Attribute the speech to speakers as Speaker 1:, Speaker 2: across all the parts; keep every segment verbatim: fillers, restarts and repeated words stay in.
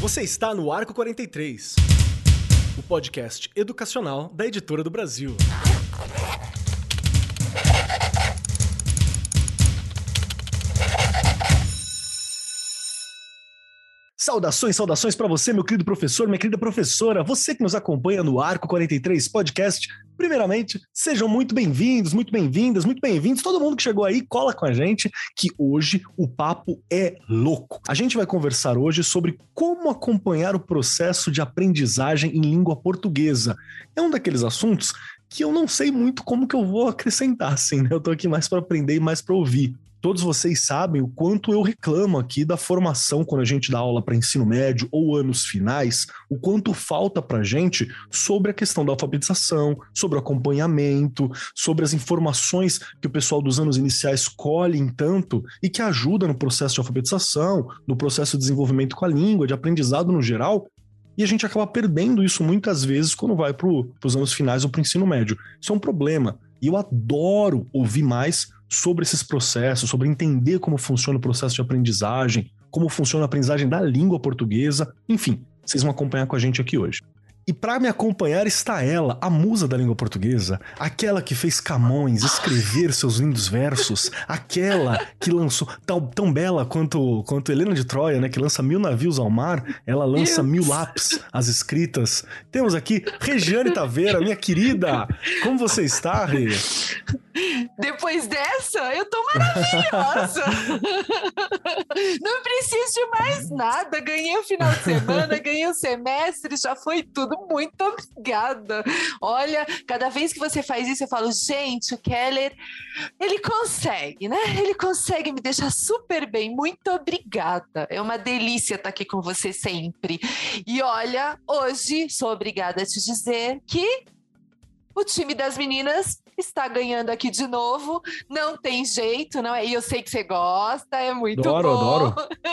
Speaker 1: Você está no Arco quarenta e três, o podcast educacional da Editora do Brasil. Saudações, saudações para você, meu querido professor, minha querida professora, você que nos acompanha no Arco quarenta e três Podcast. Primeiramente, sejam muito bem-vindos, muito bem-vindas, muito bem-vindos, todo mundo que chegou aí, cola com a gente, que hoje o papo é louco. A gente vai conversar hoje sobre como acompanhar o processo de aprendizagem em língua portuguesa. É um daqueles assuntos que eu não sei muito como que eu vou acrescentar, assim, né? Eu tô aqui mais para aprender e mais para ouvir. Todos vocês sabem o quanto eu reclamo aqui da formação quando a gente dá aula para ensino médio ou anos finais, o quanto falta para a gente sobre a questão da alfabetização, sobre o acompanhamento, sobre as informações que o pessoal dos anos iniciais colhem tanto e que ajuda no processo de alfabetização, no processo de desenvolvimento com a língua, de aprendizado no geral. E a gente acaba perdendo isso muitas vezes quando vai para os anos finais ou para o ensino médio. Isso é um problema. E eu adoro ouvir mais sobre esses processos, sobre entender como funciona o processo de aprendizagem, como funciona a aprendizagem da língua portuguesa. Enfim, vocês vão acompanhar com a gente aqui hoje. E para me acompanhar está ela, a musa da língua portuguesa, aquela que fez Camões escrever seus lindos versos, aquela que lançou, tão, tão bela quanto, quanto Helena de Troia, né, que lança mil navios ao mar, ela lança Deus. mil lápis às escritas. Temos aqui Regiane Taveira, minha querida. Como você está, Rê?
Speaker 2: Depois dessa, eu tô maravilhosa. Não preciso de mais nada. Ganhei o final de semana, ganhei o semestre, já foi tudo. Muito obrigada. Olha, cada vez que você faz isso, eu falo, gente, o Keller, ele consegue, né? Ele consegue me deixar super bem. Muito obrigada. É uma delícia estar aqui com você sempre. E olha, hoje sou obrigada a te dizer que o time das meninas está ganhando aqui de novo, não tem jeito, não é? E eu sei que você gosta, é muito
Speaker 1: adoro,
Speaker 2: bom.
Speaker 1: Adoro,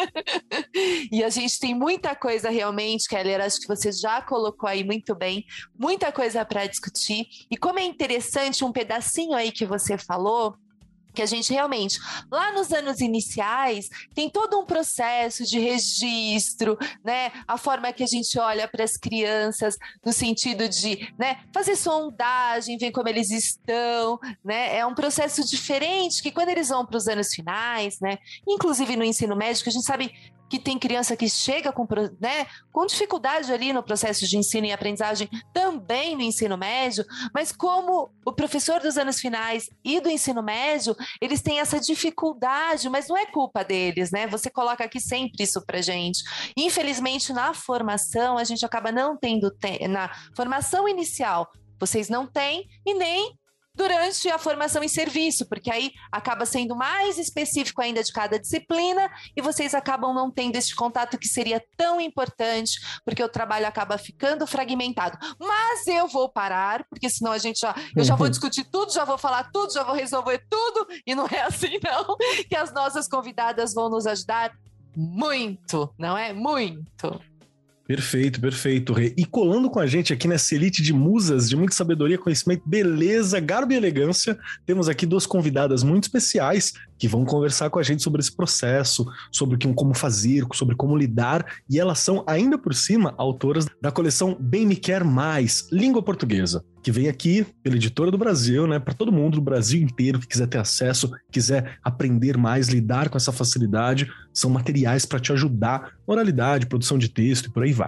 Speaker 2: E a gente tem muita coisa realmente, Keller, acho que você já colocou aí muito bem, muita coisa para discutir. E como é interessante um pedacinho aí que você falou, que a gente realmente, lá nos anos iniciais, tem todo um processo de registro, né? A forma que a gente olha para as crianças no sentido de, né, fazer sondagem, ver como eles estão, né? É um processo diferente que quando eles vão para os anos finais, né? Inclusive no ensino médio, a gente sabe que tem criança que chega com, né, com dificuldade ali no processo de ensino e aprendizagem, também no ensino médio, mas como o professor dos anos finais e do ensino médio, eles têm essa dificuldade, mas não é culpa deles, né? Você coloca aqui sempre isso pra gente. Infelizmente, na formação, a gente acaba não tendo, te- na formação inicial, vocês não têm e nem durante a formação em serviço, porque aí acaba sendo mais específico ainda de cada disciplina e vocês acabam não tendo esse contato que seria tão importante, porque o trabalho acaba ficando fragmentado. Mas eu vou parar, porque senão a gente já, eu já vou discutir tudo, já vou falar tudo, já vou resolver tudo, e não é assim não, que as nossas convidadas vão nos ajudar muito, não é? Muito.
Speaker 1: Perfeito, perfeito, Rê. E colando com a gente aqui nessa elite de musas, de muita sabedoria, conhecimento, beleza, garbo e elegância, temos aqui duas convidadas muito especiais que vão conversar com a gente sobre esse processo, sobre como fazer, sobre como lidar, e elas são, ainda por cima, autoras da coleção Bem Me Quer Mais, Língua Portuguesa, que vem aqui pela Editora do Brasil, né, para todo mundo do Brasil inteiro que quiser ter acesso, quiser aprender mais, lidar com essa facilidade, são materiais para te ajudar na oralidade, produção de texto e por aí vai.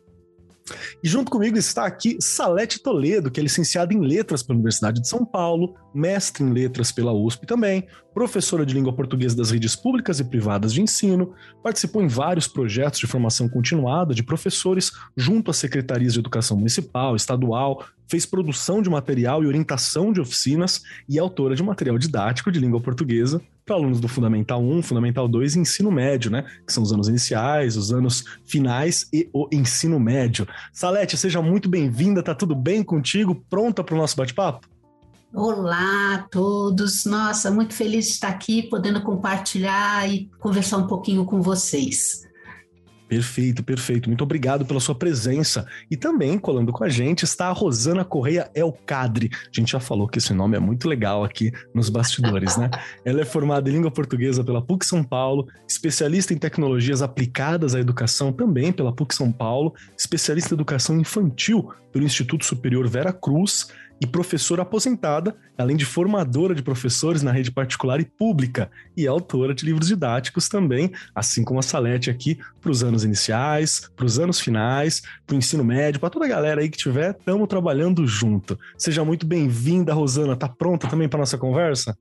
Speaker 1: E junto comigo está aqui Salete Toledo, que é licenciada em Letras pela Universidade de São Paulo, mestre em Letras pela U S P também, professora de língua portuguesa das redes públicas e privadas de ensino, participou em vários projetos de formação continuada de professores junto às secretarias de educação municipal, estadual, fez produção de material e orientação de oficinas e é autora de material didático de língua portuguesa para alunos do Fundamental um, Fundamental dois e Ensino Médio, né? Que são os anos iniciais, os anos finais e o ensino médio. Salete, seja muito bem-vinda, tá tudo bem contigo? Pronta para o nosso bate-papo?
Speaker 3: Olá a todos, nossa, muito feliz de estar aqui, podendo compartilhar e conversar um pouquinho com vocês.
Speaker 1: Perfeito, perfeito. Muito obrigado pela sua presença. E também, colando com a gente, está a Rosana Correia Elcadre. A gente já falou que esse nome é muito legal aqui nos bastidores, né? Ela é formada em língua portuguesa pela P U C São Paulo, especialista em tecnologias aplicadas à educação também pela P U C São Paulo, especialista em educação infantil pelo Instituto Superior Vera Cruz e professora aposentada, além de formadora de professores na rede particular e pública, e autora de livros didáticos também, assim como a Salete aqui, para os anos iniciais, para os anos finais, para o ensino médio, para toda a galera aí que tiver, estamos trabalhando junto. Seja muito bem-vinda, Rosana. Tá pronta também para nossa conversa?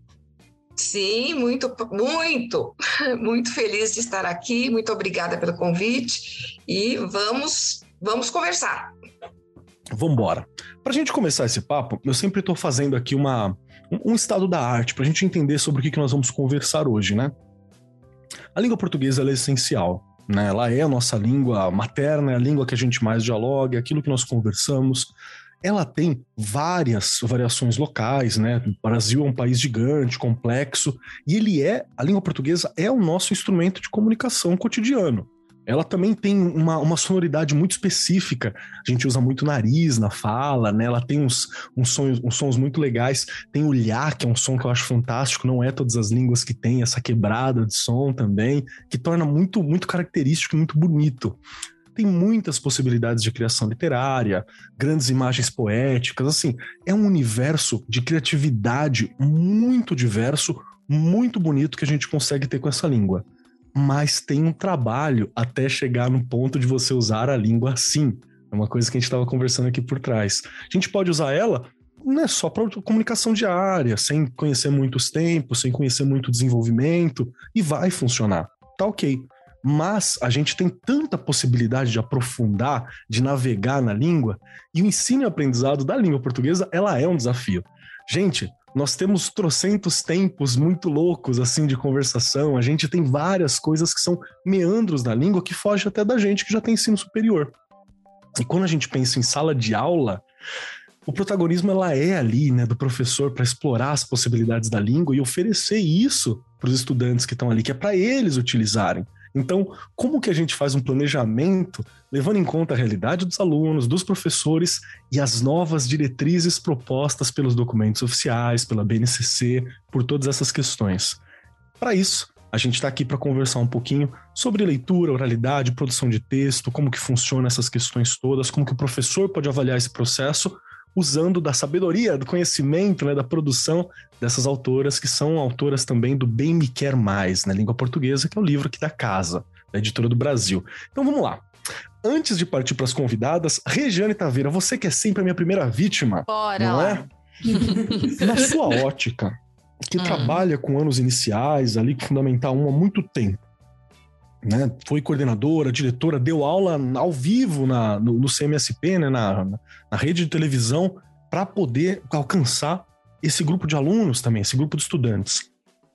Speaker 4: Sim, muito, muito, muito feliz de estar aqui. Muito obrigada pelo convite e vamos, vamos conversar.
Speaker 1: Vamos embora. Para a gente começar esse papo, eu sempre estou fazendo aqui uma, um, um estado da arte, para a gente entender sobre o que, que nós vamos conversar hoje, né? A língua portuguesa ela é essencial, né? Ela é a nossa língua materna, é a língua que a gente mais dialoga, é aquilo que nós conversamos. Ela tem várias variações locais, né? O Brasil é um país gigante, complexo, e ele é, a língua portuguesa é o nosso instrumento de comunicação cotidiano. Ela também tem uma, uma sonoridade muito específica. A gente usa muito nariz na fala, né? Ela tem uns, uns, sons, uns sons muito legais. Tem o lhá, que é um som que eu acho fantástico. Não é todas as línguas que tem essa quebrada de som também, que torna muito, muito característico e muito bonito. Tem muitas possibilidades de criação literária, grandes imagens poéticas, assim. É um universo de criatividade muito diverso, muito bonito que a gente consegue ter com essa língua. Mas tem um trabalho até chegar no ponto de você usar a língua assim. É uma coisa que a gente estava conversando aqui por trás. A gente pode usar ela não é só para comunicação diária, sem conhecer muitos tempos, sem conhecer muito desenvolvimento, e vai funcionar. Tá ok. Mas a gente tem tanta possibilidade de aprofundar, de navegar na língua, e o ensino e aprendizado da língua portuguesa, ela é um desafio. Gente, nós temos trocentos tempos muito loucos, assim, de conversação. A gente tem várias coisas que são meandros na língua que fogem até da gente que já tem ensino superior. E quando a gente pensa em sala de aula, o protagonismo ela é ali, né, do professor para explorar as possibilidades da língua e oferecer isso para os estudantes que estão ali, que é para eles utilizarem. Então, como que a gente faz um planejamento levando em conta a realidade dos alunos, dos professores e as novas diretrizes propostas pelos documentos oficiais, pela B N C C, por todas essas questões? Para isso, a gente está aqui para conversar um pouquinho sobre leitura, oralidade, produção de texto, como que funciona essas questões todas, como que o professor pode avaliar esse processo, usando da sabedoria, do conhecimento, né, da produção dessas autoras, que são autoras também do Bem Me Quer Mais, na língua portuguesa, que é o livro aqui da casa, da Editora do Brasil. Então vamos lá. Antes de partir para as convidadas, Regiane Taveira, você que é sempre a minha primeira vítima,
Speaker 2: Bora
Speaker 1: não
Speaker 2: lá.
Speaker 1: é? Na sua ótica, que hum. trabalha com anos iniciais, ali com Fundamental um há muito tempo, né? Foi coordenadora, diretora, deu aula ao vivo na, no, no C M S P, né? na, na rede de televisão, para poder alcançar esse grupo de alunos também, esse grupo de estudantes.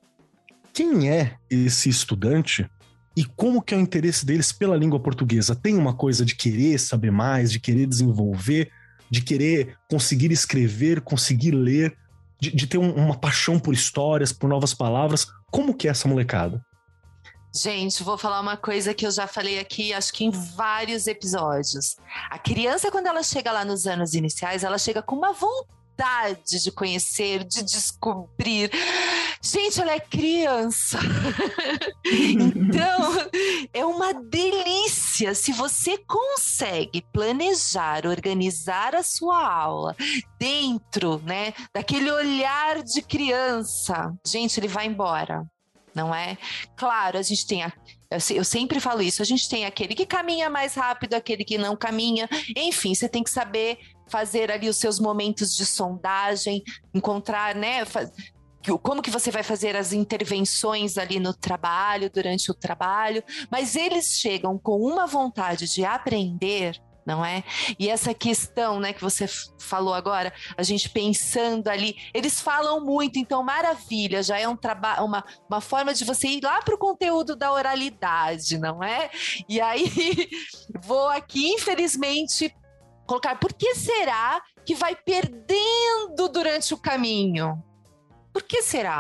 Speaker 1: Quem é esse estudante e como que é o interesse deles pela língua portuguesa? Tem uma coisa de querer saber mais, de querer desenvolver, de querer conseguir escrever, conseguir ler, de, de ter um, uma paixão por histórias, por novas palavras? Como que é essa molecada?
Speaker 2: Gente, vou falar uma coisa que eu já falei aqui, acho que em vários episódios. A criança, quando ela chega lá nos anos iniciais, ela chega com uma vontade de conhecer, de descobrir. Gente, ela é criança. Então, é uma delícia. Se você consegue planejar, organizar a sua aula dentro, né, daquele olhar de criança, gente, ele vai embora. Não é? Claro, a gente tem a, eu sempre falo isso, a gente tem aquele que caminha mais rápido, aquele que não caminha, enfim, você tem que saber fazer ali os seus momentos de sondagem, encontrar, né, faz, como que você vai fazer as intervenções ali no trabalho, durante o trabalho, mas eles chegam com uma vontade de aprender, não é? E essa questão, né, que você falou agora, a gente pensando ali, eles falam muito, então maravilha, já é um trabalho, uma, uma forma de você ir lá para o conteúdo da oralidade, não é? E aí, vou aqui, infelizmente, colocar, por que será que vai perdendo durante o caminho? Por que será?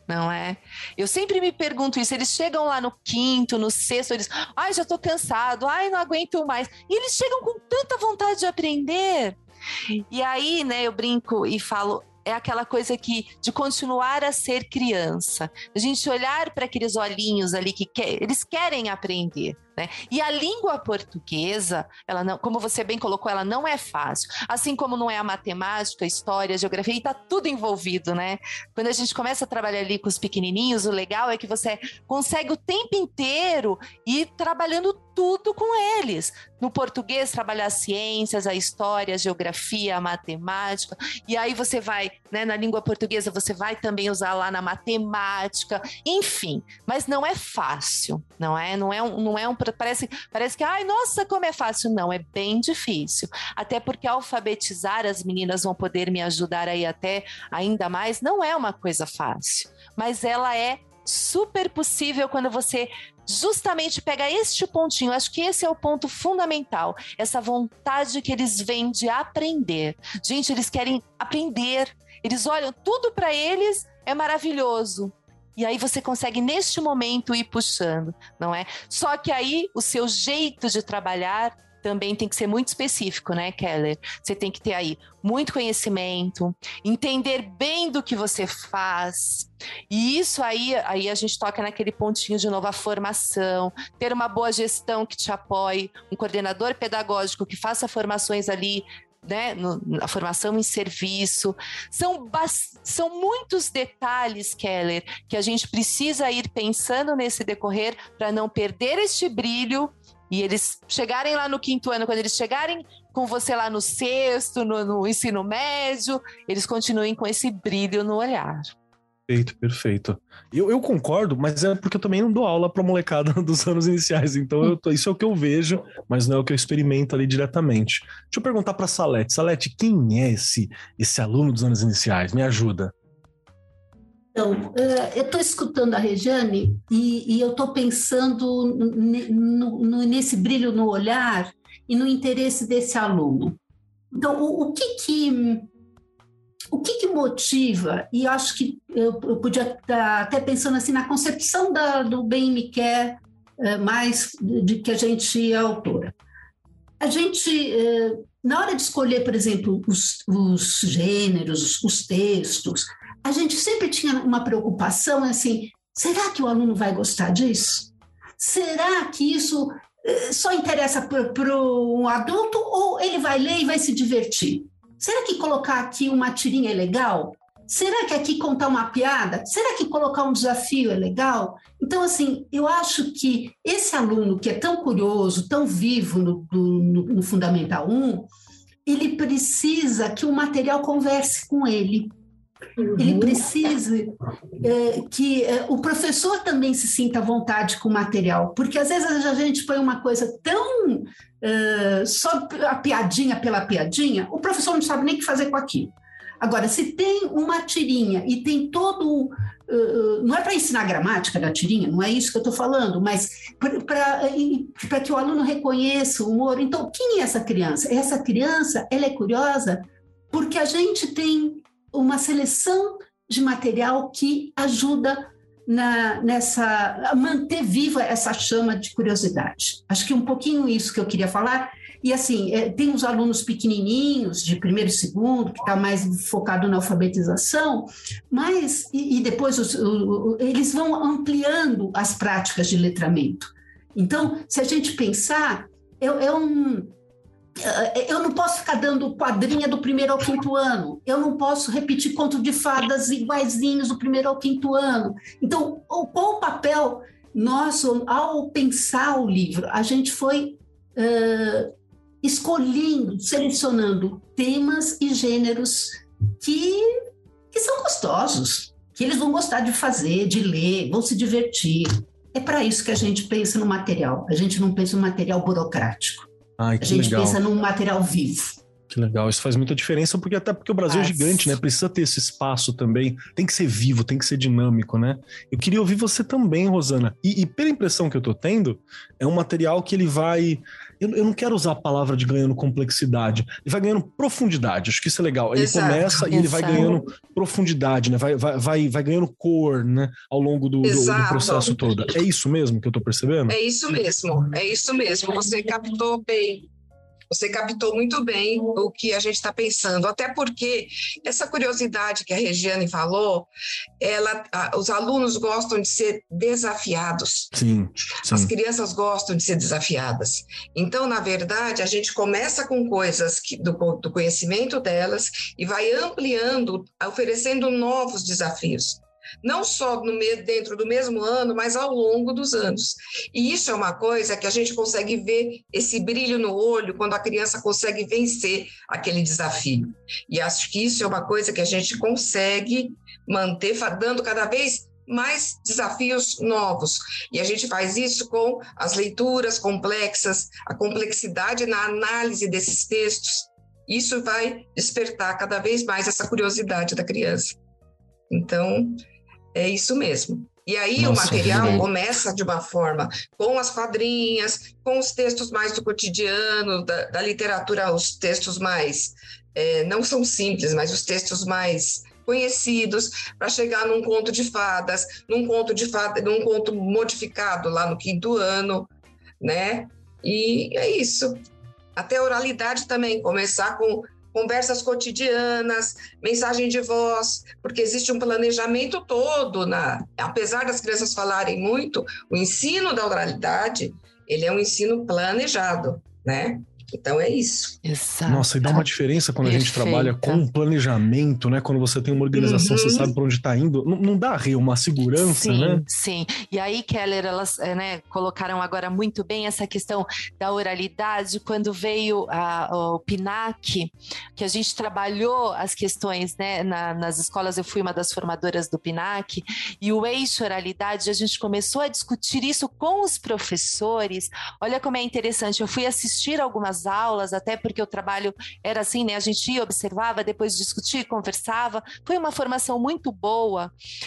Speaker 2: não é? Eu sempre me pergunto isso, eles chegam lá no quinto, no sexto, eles, ai, já tô cansado, ai, não aguento mais. E eles chegam com tanta vontade de aprender. E aí, né, eu brinco e falo, é aquela coisa que, de continuar a ser criança. A gente olhar para aqueles olhinhos ali que quer, eles querem aprender. Né? E a língua portuguesa, ela não, como você bem colocou, ela não é fácil. Assim como não é a matemática, a história, a geografia, e está tudo envolvido, né? Quando a gente começa a trabalhar ali com os pequenininhos, o legal é que você consegue o tempo inteiro ir trabalhando tudo com eles. No português, trabalhar as ciências, a história, a geografia, a matemática, e aí você vai, né, na língua portuguesa, você vai também usar lá na matemática, enfim, mas não é fácil, não é? Não é um, não é um Parece, parece que, ai, nossa, como é fácil. Não, é bem difícil. Até porque alfabetizar as meninas vão poder me ajudar aí até ainda mais. Não é uma coisa fácil, mas ela é super possível quando você justamente pega este pontinho. Acho que esse é o ponto fundamental. Essa vontade que eles vêm de aprender. Gente, eles querem aprender. Eles olham, tudo para eles é maravilhoso. E aí você consegue, neste momento, ir puxando, não é? Só que aí o seu jeito de trabalhar também tem que ser muito específico, né, Keller? Você tem que ter aí muito conhecimento, entender bem do que você faz. E isso aí, aí a gente toca naquele pontinho de novo, a formação, ter uma boa gestão que te apoie, um coordenador pedagógico que faça formações ali, né, no, a formação em serviço, são, são muitos detalhes, Keller, que a gente precisa ir pensando nesse decorrer para não perder este brilho e eles chegarem lá no quinto ano, quando eles chegarem com você lá no sexto, no, no ensino médio, eles continuem com esse brilho no olhar.
Speaker 1: Perfeito, perfeito. Eu, eu concordo, mas é porque eu também não dou aula pra molecada dos anos iniciais, então eu tô, isso é o que eu vejo, mas não é o que eu experimento ali diretamente. Deixa eu perguntar pra Salete. Salete, quem é esse, esse aluno dos anos iniciais? Me ajuda.
Speaker 3: Então, eu estou escutando a Regiane e, e eu estou pensando no, no, nesse brilho no olhar e no interesse desse aluno. Então, o, o que que... O que, que motiva, e acho que eu, eu podia estar até pensando assim na concepção da, do Bem Me Quer, é, mais de, de que a gente é autora. A gente, é, na hora de escolher, por exemplo, os, os gêneros, os textos, a gente sempre tinha uma preocupação assim, será que o aluno vai gostar disso? Será que isso é, só interessa para um adulto ou ele vai ler e vai se divertir? Será que colocar aqui uma tirinha é legal? Será que aqui contar uma piada? Será que colocar um desafio é legal? Então, assim, eu acho que esse aluno que é tão curioso, tão vivo no, no, no Fundamental um, ele precisa que o material converse com ele. Uhum. Ele precisa é, que é, o professor também se sinta à vontade com o material, porque às vezes a gente põe uma coisa tão... é, só a piadinha pela piadinha, o professor não sabe nem o que fazer com aquilo. Agora, se tem uma tirinha e tem todo... Uh, não é para ensinar a gramática da tirinha, não é isso que eu estou falando, mas para que o aluno reconheça o humor. Então, quem é essa criança? Essa criança, ela é curiosa porque a gente tem uma seleção de material que ajuda na, nessa, a manter viva essa chama de curiosidade. Acho que um pouquinho isso que eu queria falar. E assim, é, tem os alunos pequenininhos, de primeiro e segundo, que está mais focado na alfabetização, mas, e, e depois os, o, o, eles vão ampliando as práticas de letramento. Então, se a gente pensar, é, é um... Eu não posso ficar dando quadrinha do primeiro ao quinto ano, eu não posso repetir conto de fadas iguaizinhos do primeiro ao quinto ano. Então, qual o papel nosso ao pensar o livro? A gente foi uh, escolhendo, selecionando temas e gêneros que, que são gostosos, que eles vão gostar de fazer, de ler, vão se divertir. É para isso que a gente pensa no material, a gente não pensa no material burocrático.
Speaker 1: Ai, que
Speaker 3: a gente
Speaker 1: legal.
Speaker 3: pensa num material vivo.
Speaker 1: Que legal, isso faz muita diferença, porque até porque o Brasil Mas... é gigante, né? Precisa ter esse espaço também, tem que ser vivo, tem que ser dinâmico, né? Eu queria ouvir você também, Rosana. E, e pela impressão que eu tô tendo, é um material que ele vai... Eu, eu não quero usar a palavra de ganhando complexidade, ele vai ganhando profundidade, acho que isso é legal. Ele Exato. começa e ele vai ganhando profundidade, né? Vai, vai, vai, vai ganhando cor, né? Ao longo do, do, do processo todo. É isso mesmo que eu tô percebendo?
Speaker 4: É isso mesmo, é isso mesmo. Você captou bem. Você captou muito bem o que a gente está pensando, até porque essa curiosidade que a Regiane falou, ela, a, os alunos gostam de ser desafiados.
Speaker 1: Sim, sim.
Speaker 4: As crianças gostam de ser desafiadas. Então, na verdade, a gente começa com coisas que, do, do conhecimento delas e vai ampliando, oferecendo novos desafios. Não só no, dentro do mesmo ano, mas ao longo dos anos. E isso é uma coisa que a gente consegue ver esse brilho no olho quando a criança consegue vencer aquele desafio. E acho que isso é uma coisa que a gente consegue manter, dando cada vez mais desafios novos. E a gente faz isso com as leituras complexas, a complexidade na análise desses textos. Isso vai despertar cada vez mais essa curiosidade da criança. Então... é isso mesmo. E aí Nossa, o material é. começa de uma forma com as quadrinhas, com os textos mais do cotidiano, da, da literatura, os textos mais, é, não são simples, mas os textos mais conhecidos, para chegar num conto de fadas, num conto de fada, num conto modificado lá no quinto ano, né? E é isso. Até a oralidade também, começar com conversas cotidianas, mensagem de voz, porque existe um planejamento todo, na, apesar das crianças falarem muito, o ensino da oralidade, ele é um ensino planejado, né? Então é isso.
Speaker 1: Exato. Nossa, e dá uma diferença quando Perfeita. a gente trabalha com planejamento, né? Quando você tem uma organização, uhum. você sabe para onde está indo. Não, não dá uma segurança,
Speaker 2: sim,
Speaker 1: né?
Speaker 2: Sim, e aí, Keller, elas né, colocaram agora muito bem essa questão da oralidade, quando veio a, o P N A C, que a gente trabalhou as questões, né? Na, nas escolas, eu fui uma das formadoras do P N A C, e o eixo oralidade, a gente começou a discutir isso com os professores. Olha como é interessante, eu fui assistir algumas aulas, até porque o trabalho era assim, né? A gente ia, observava, depois discutia, conversava. Foi uma formação muito boa.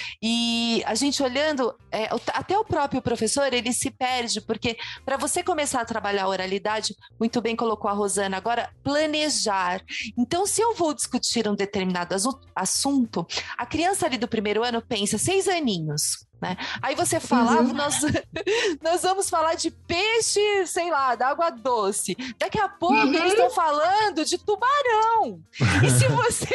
Speaker 2: E a gente olhando, é, até o próprio professor, ele se perde, porque para você começar a trabalhar a oralidade, muito bem colocou a Rosana, agora planejar. Então, se eu vou discutir um determinado assunto, a criança ali do primeiro ano pensa, seis aninhos, né? Aí você fala, uhum. nós, nós vamos falar de peixe, sei lá, da água doce. Daqui a pouco uhum. eles estão falando de tubarão. E se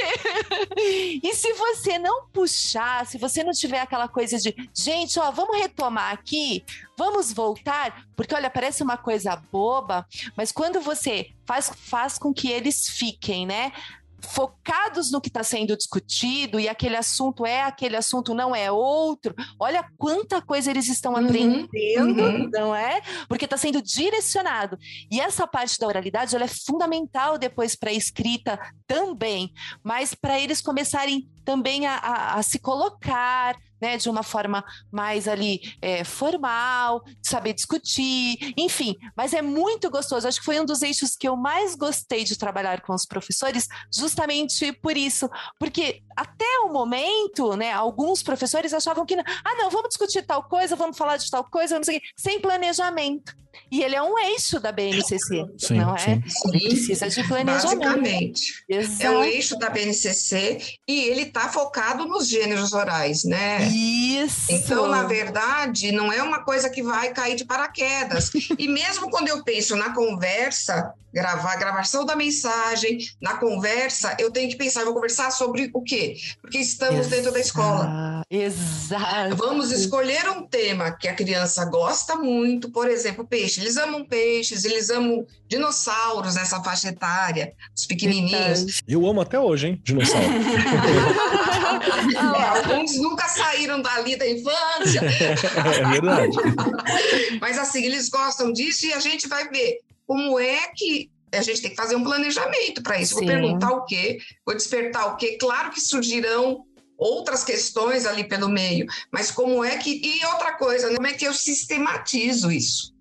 Speaker 2: você e se você não puxar, se você não tiver aquela coisa de, gente, ó, vamos retomar aqui, vamos voltar, porque olha, parece uma coisa boba, mas quando você faz, faz com que eles fiquem, né? focados no que está sendo discutido, e aquele assunto é aquele assunto, não é outro. Olha quanta coisa eles estão uhum, aprendendo, uhum. não é? Porque está sendo direcionado. E essa parte da oralidade, ela é fundamental depois para a escrita também, mas para eles começarem também a, a, a se colocar, né, de uma forma mais ali é, formal, saber discutir, enfim, mas é muito gostoso. Acho que foi um dos eixos que eu mais gostei de trabalhar com os professores, justamente por isso, porque até o momento, né, alguns professores achavam que, ah não, vamos discutir tal coisa, vamos falar de tal coisa, vamos seguir, sem planejamento. E ele é um eixo da B N C C, sim, não é?
Speaker 4: Sim.
Speaker 2: Precisa de planejamento.
Speaker 4: Basicamente. Exato. É um eixo da B N C C e ele está focado nos gêneros orais, né?
Speaker 2: Isso!
Speaker 4: Então, na verdade, não é uma coisa que vai cair de paraquedas. E mesmo quando eu penso na conversa, gravar, gravação da mensagem, na conversa, eu tenho que pensar, vou conversar sobre o quê? Porque estamos Exato. Dentro da escola.
Speaker 2: Exato.
Speaker 4: Vamos escolher um tema que a criança gosta muito, por exemplo, peixe. Eles amam peixes, eles amam dinossauros nessa faixa etária, os pequenininhos.
Speaker 1: Eu amo até hoje, hein, dinossauro.
Speaker 4: É, alguns nunca saíram dali da infância.
Speaker 1: É verdade.
Speaker 4: Mas assim, eles gostam disso e a gente vai ver como é que a gente tem que fazer um planejamento para isso. Sim. Vou perguntar o quê? Vou despertar o quê? Claro que surgirão outras questões ali pelo meio, mas como é que... E outra coisa, como é que eu sistematizo isso?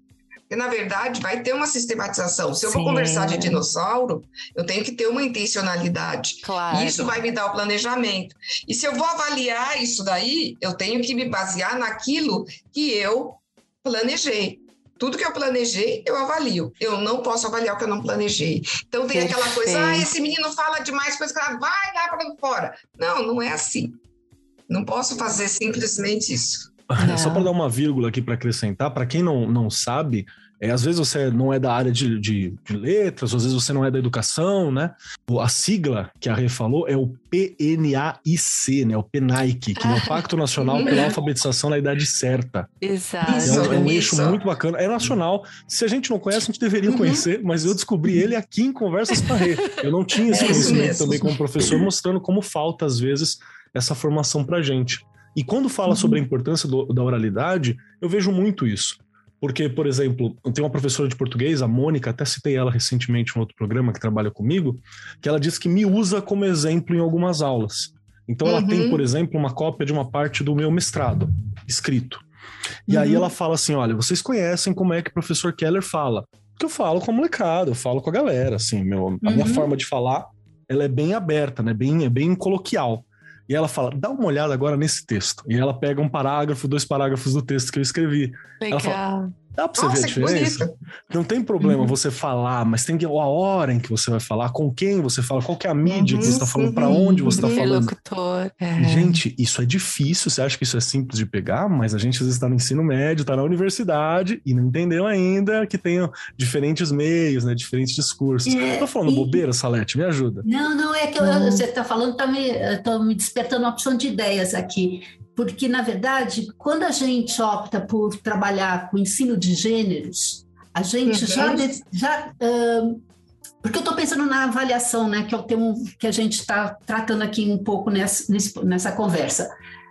Speaker 4: Porque, na verdade, vai ter uma sistematização. Se eu
Speaker 2: Sim.
Speaker 4: vou conversar de dinossauro, eu tenho que ter uma intencionalidade.
Speaker 2: Claro.
Speaker 4: E isso vai me dar o planejamento. E se eu vou avaliar isso daí, eu tenho que me basear naquilo que eu planejei. Tudo que eu planejei, eu avalio. Eu não posso avaliar o que eu não planejei. Então, tem
Speaker 2: Perfeito.
Speaker 4: aquela coisa, ah, esse menino fala demais, coisa que ela vai lá para fora. Não, não é assim. Não posso fazer simplesmente isso.
Speaker 2: Não.
Speaker 1: Só para dar uma vírgula aqui para acrescentar, para quem não, não sabe, é, às vezes você não é da área de, de, de letras, às vezes você não é da educação, né? A sigla que a Rê falou é o P N A I C, né? O P N A I C, que é o Pacto Nacional pela Alfabetização na Idade Certa.
Speaker 2: Exato.
Speaker 1: É um, é um eixo
Speaker 4: Isso.
Speaker 1: muito bacana. É nacional. Se a gente não conhece, a gente deveria conhecer, mas eu descobri ele aqui em Conversas com a Rê. Eu não tinha esse
Speaker 4: É isso
Speaker 1: conhecimento
Speaker 4: mesmo.
Speaker 1: também como professor, mostrando como falta, às vezes, essa formação pra gente. E quando fala sobre a importância do, da oralidade, eu vejo muito isso. Porque, por exemplo, eu tenho uma professora de português, a Mônica, até citei ela recentemente em um outro programa que trabalha comigo, que ela disse que me usa como exemplo em algumas aulas. Então ela
Speaker 4: Uhum.
Speaker 1: tem, por exemplo, uma cópia de uma parte do meu mestrado, escrito. E
Speaker 3: Uhum.
Speaker 1: aí ela fala assim, olha, vocês conhecem como é que o professor Keller fala. Porque eu falo com a molecada, eu falo com a galera, assim, meu, a minha
Speaker 3: Uhum.
Speaker 1: forma de falar, ela é bem aberta, né, bem, é bem coloquial. E ela fala, dá uma olhada agora nesse texto. E ela pega um parágrafo, dois parágrafos do texto que eu escrevi. Ela fala,
Speaker 2: Legal.
Speaker 1: dá pra você
Speaker 4: Nossa,
Speaker 1: ver a
Speaker 4: que
Speaker 1: diferença?
Speaker 4: bonito.
Speaker 1: Não tem problema
Speaker 3: Uhum.
Speaker 1: você falar, mas tem que a hora em que você vai falar, com quem você fala, qual que é a mídia que você está falando, para
Speaker 4: Uhum,
Speaker 1: onde você está
Speaker 4: uhum.
Speaker 1: falando.
Speaker 2: Interlocutor. É.
Speaker 1: E, gente, isso é difícil, você acha que isso é simples de pegar, mas a gente às vezes está no ensino médio, está na universidade e não entendeu ainda que tem diferentes meios, né, diferentes discursos.
Speaker 3: É,
Speaker 1: Tô falando
Speaker 3: e-
Speaker 1: bobeira, Salete? Me ajuda.
Speaker 3: Não, não, é que eu-
Speaker 2: Não.
Speaker 3: você está falando, está me, tá me despertando uma opção de ideias aqui. Porque, na verdade, quando a gente opta por trabalhar com ensino de gêneros, a gente
Speaker 4: Uhum.
Speaker 3: já... de- já ahn, porque eu estou pensando na avaliação, né, que é o tema que a gente está tratando aqui um pouco nessa, nesse- nessa conversa.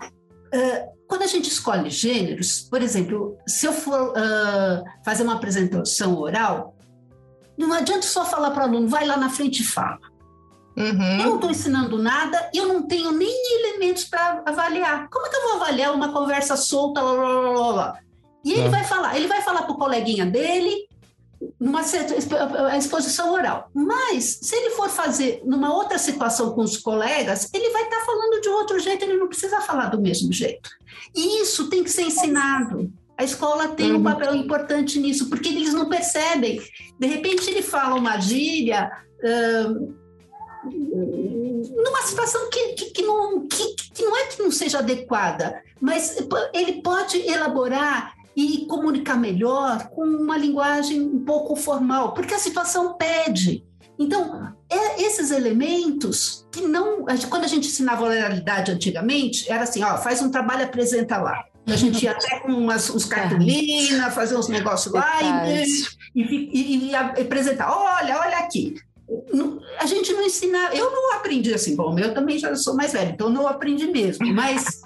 Speaker 3: Ah, quando a gente escolhe gêneros, por exemplo, se eu for ah, fazer uma apresentação oral, não adianta só falar para o aluno, vai lá na frente e fala. Eu não
Speaker 4: Uhum.
Speaker 3: estou ensinando nada e eu não tenho nem elementos para avaliar. Como é que eu vou avaliar uma conversa solta? Lá, lá, lá, lá, lá? E ele
Speaker 1: Tá.
Speaker 3: vai falar, ele vai falar para o coleguinha dele numa certa expo- a exposição oral. Mas, se ele for fazer numa outra situação com os colegas, ele vai estar falando de outro jeito, ele não precisa falar do mesmo jeito. E isso tem que ser ensinado. A escola tem um
Speaker 4: Uhum.
Speaker 3: papel importante nisso, porque eles não percebem. De repente, ele fala uma gíria... ahn, numa situação que, que, que, não, que, que não é que não seja adequada, mas ele pode elaborar e comunicar melhor com uma linguagem um pouco formal, porque a situação pede. Então, é, esses elementos que não... Quando a gente ensinava oralidade antigamente, era assim, ó, faz um trabalho, apresenta lá. A gente ia até com umas, uns cartolinas, fazer uns negócios lá e, e, e, e apresentar. Olha, olha aqui. A gente não ensina, eu não aprendi assim, bom, eu também já sou mais velho, então não aprendi mesmo, mas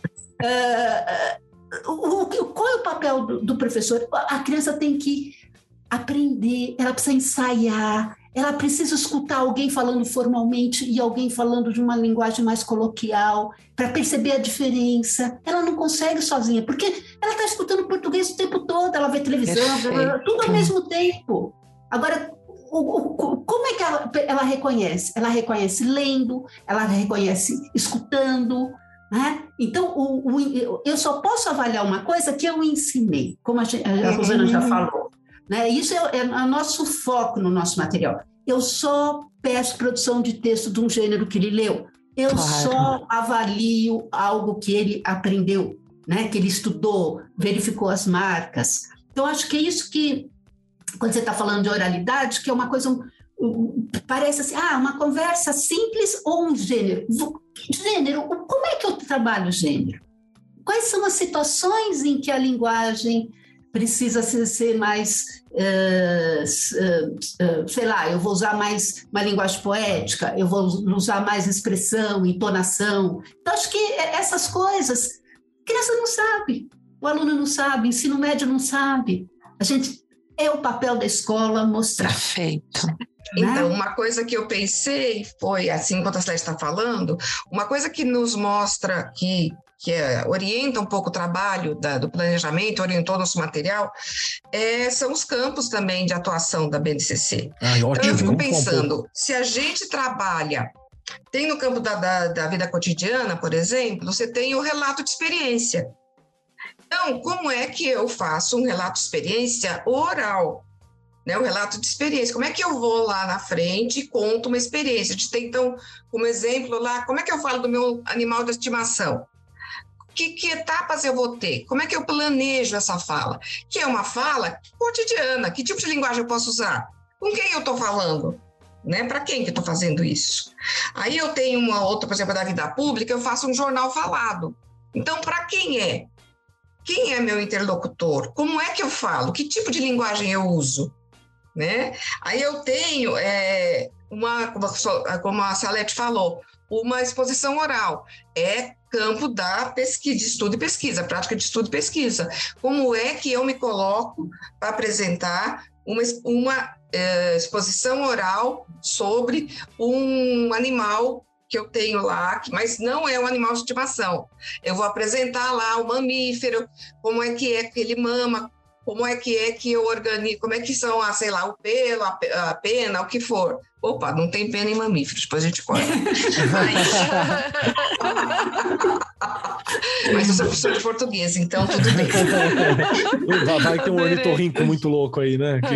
Speaker 3: uh, o, o, qual é o papel do, do professor? A criança tem que aprender, ela precisa ensaiar, ela precisa escutar alguém falando formalmente e alguém falando de uma linguagem mais coloquial, para perceber a diferença. Ela não consegue sozinha, porque ela está escutando português o tempo todo, ela vê televisão, tudo ao mesmo tempo. Agora, como é que ela, ela reconhece? Ela reconhece lendo, ela reconhece escutando, né? Então, o, o, eu só posso avaliar uma coisa que eu ensinei, como a, a Rosana já falou, né? Isso é, é o nosso foco no nosso material. Eu só peço produção de texto de um gênero que ele leu. Eu claro. só avalio algo que ele aprendeu, né? Que ele estudou, verificou as marcas. Então, acho que é isso que... Quando você está falando de oralidade, que é uma coisa, um, um, parece assim, ah, uma conversa simples ou um gênero. Gênero, como é que eu trabalho gênero? Quais são as situações em que a linguagem precisa ser, ser mais, uh, uh, uh, sei lá, eu vou usar mais uma linguagem poética, eu vou usar mais expressão, entonação. Então, acho que essas coisas, a criança não sabe, o aluno não sabe, o ensino médio não sabe. A gente... É o papel da escola mostrar.
Speaker 2: Perfeito.
Speaker 4: Então, uma coisa que eu pensei foi, assim, enquanto a Celeste está falando, uma coisa que nos mosra que, que é, orienta um pouco o trabalho da, do planejamento, orientou nosso material, é, são os campos também de atuação da B N C C.
Speaker 1: Ai, ótimo.
Speaker 4: Então, eu fico
Speaker 1: Vamos
Speaker 4: pensando,
Speaker 1: um
Speaker 4: se a gente trabalha, tem no campo da, da, da vida cotidiana, por exemplo, você tem o relato de experiência. Então, como é que eu faço um relato de experiência oral? Né, o relato de experiência. Como é que eu vou lá na frente e conto uma experiência? A gente tem, então, como exemplo lá, como é que eu falo do meu animal de estimação? Que, que etapas eu vou ter? Como é que eu planejo essa fala? Que é uma fala cotidiana. Que tipo de linguagem eu posso usar? Com quem eu estou falando? Né? Para quem que eu estou fazendo isso? Aí eu tenho uma outra, por exemplo, da vida pública, eu faço um jornal falado. Então, para quem é? Quem é meu interlocutor? Como é que eu falo? Que tipo de linguagem eu uso? Né? Aí eu tenho, é, uma, como a Salete falou, uma exposição oral. É campo da pesquisa, de estudo e pesquisa, prática de estudo e pesquisa. Como é que eu me coloco para apresentar uma, uma é, exposição oral sobre um animal que eu tenho lá, mas não é um animal de estimação. Eu vou apresentar lá o mamífero, como é que é que ele mama, como é que é que eu organizo, como é que são, ah, sei lá, o pelo, a, a pena, o que for. Opa, não tem pena em mamíferos, depois a gente corta. Mas, mas eu sou professora de português, então tudo bem.
Speaker 1: Vai, vai ter um ornitorrinco muito louco aí, né? Que...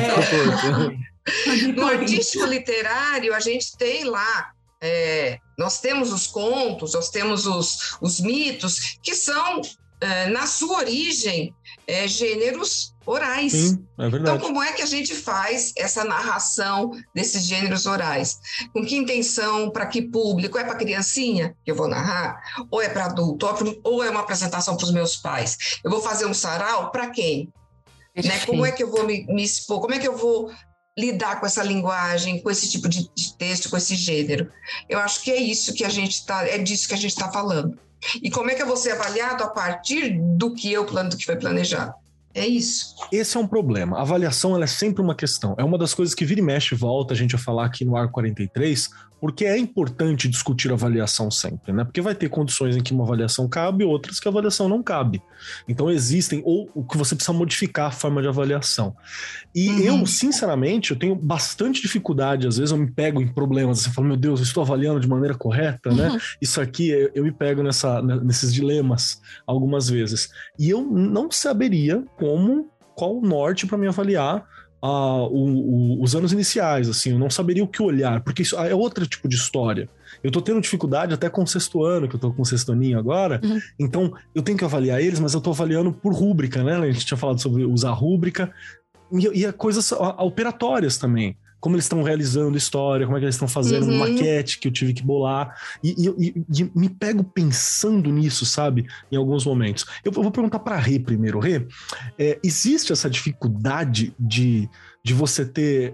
Speaker 4: É. No artístico literário, a gente tem lá, é, nós temos os contos, nós temos os, os mitos, que são, é, na sua origem, É, gêneros orais.
Speaker 1: Sim, é verdade.
Speaker 4: Então, como é que a gente faz essa narração desses gêneros orais? Com que intenção, para que público? É para criancinha que eu vou narrar? Ou é para adulto? Ou é uma apresentação para os meus pais? Eu vou fazer um sarau para quem? Né? Como é que eu vou me, me expor? Como é que eu vou lidar com essa linguagem, com esse tipo de, de texto, com esse gênero? Eu acho que é isso que a gente está, é disso que a gente está falando. E como é que eu vou ser avaliado a partir do que eu plano, do que foi planejado? É isso.
Speaker 1: Esse é um problema. A avaliação, ela é sempre uma questão. É uma das coisas que vira e mexe e volta a gente a falar aqui no Arco quarenta e três, porque é importante discutir avaliação sempre, né? Porque vai ter condições em que uma avaliação cabe e outras que a avaliação não cabe. Então existem, ou o que você precisa modificar a forma de avaliação. E uhum. eu, sinceramente, eu tenho bastante dificuldade, às vezes eu me pego em problemas, você fala, meu Deus, eu estou avaliando de maneira correta, né? Uhum. Isso aqui, eu, eu me pego nessa, nesses dilemas algumas vezes. E eu não saberia como, qual o norte para me avaliar Uh, o, o, os anos iniciais, assim, eu não saberia o que olhar, porque isso é outro tipo de história. Eu tô tendo dificuldade até com o sexto ano, que eu tô com o sexto aninho agora, uhum. Então eu tenho que avaliar eles, mas eu tô avaliando por rúbrica, né? A gente tinha falado sobre usar rúbrica e, e coisas operatórias também. Como eles estão realizando história, como é que eles estão fazendo uhum. maquete que eu tive que bolar. E, e, e, e me pego pensando nisso, sabe? Em alguns momentos. Eu, eu vou perguntar para a Rê primeiro. Rê, é, existe essa dificuldade de, de você ter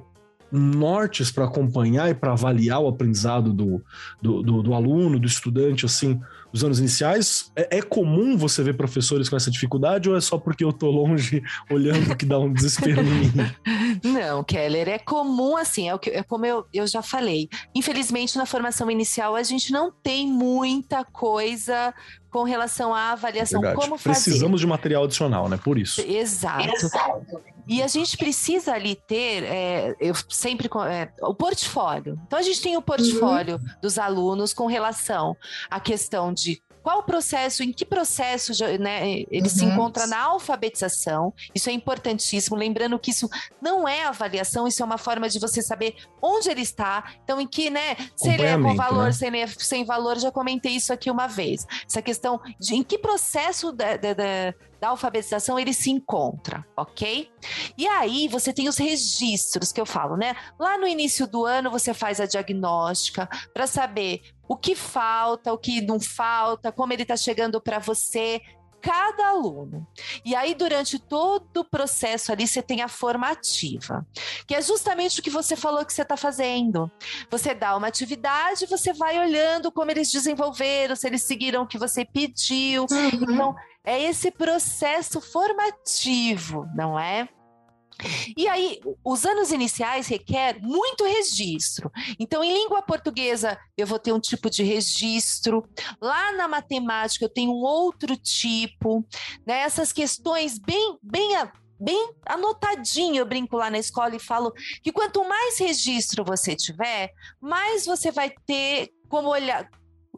Speaker 1: nortes para acompanhar e para avaliar o aprendizado do, do, do, do aluno, do estudante, assim, os anos iniciais? É, é comum você ver professores com essa dificuldade ou é só porque eu tô longe olhando que dá um desespero em mim?
Speaker 2: Não, Keller, é comum, assim, é, o que, é como eu, eu já falei. Infelizmente, na formação inicial, a gente não tem muita coisa com relação à avaliação,
Speaker 1: Verdade.
Speaker 2: Como fazer.
Speaker 1: Precisamos de material adicional, né? Por isso.
Speaker 2: Exato. Exato. E a gente precisa ali ter, é, eu sempre, é, o portfólio. Então, a gente tem o portfólio uhum. dos alunos com relação à questão de qual o processo, em que processo, né, ele uhum. se encontra na alfabetização. Isso é importantíssimo, lembrando que isso não é avaliação, isso é uma forma de você saber onde ele está. Então, em que, né, se ele é com valor, né? se ele é sem valor, já comentei isso aqui uma vez. Essa questão de em que processo da, da, da, da alfabetização ele se encontra, ok? E aí, você tem os registros que eu falo, né? Lá no início do ano, você faz a diagnóstica para saber o que falta, o que não falta, como ele está chegando para você, cada aluno. E aí, durante todo o processo ali, você tem a formativa, que é justamente o que você falou que você está fazendo. Você dá uma atividade, você vai olhando como eles desenvolveram, se eles seguiram o que você pediu. Uhum. Então, é esse processo formativo, não é? E aí, os anos iniciais requer muito registro. Então, em língua portuguesa, eu vou ter um tipo de registro. Lá na matemática, eu tenho um outro tipo. Né? Essas questões bem, bem, bem anotadinho, eu brinco lá na escola e falo que quanto mais registro você tiver, mais você vai ter como olhar...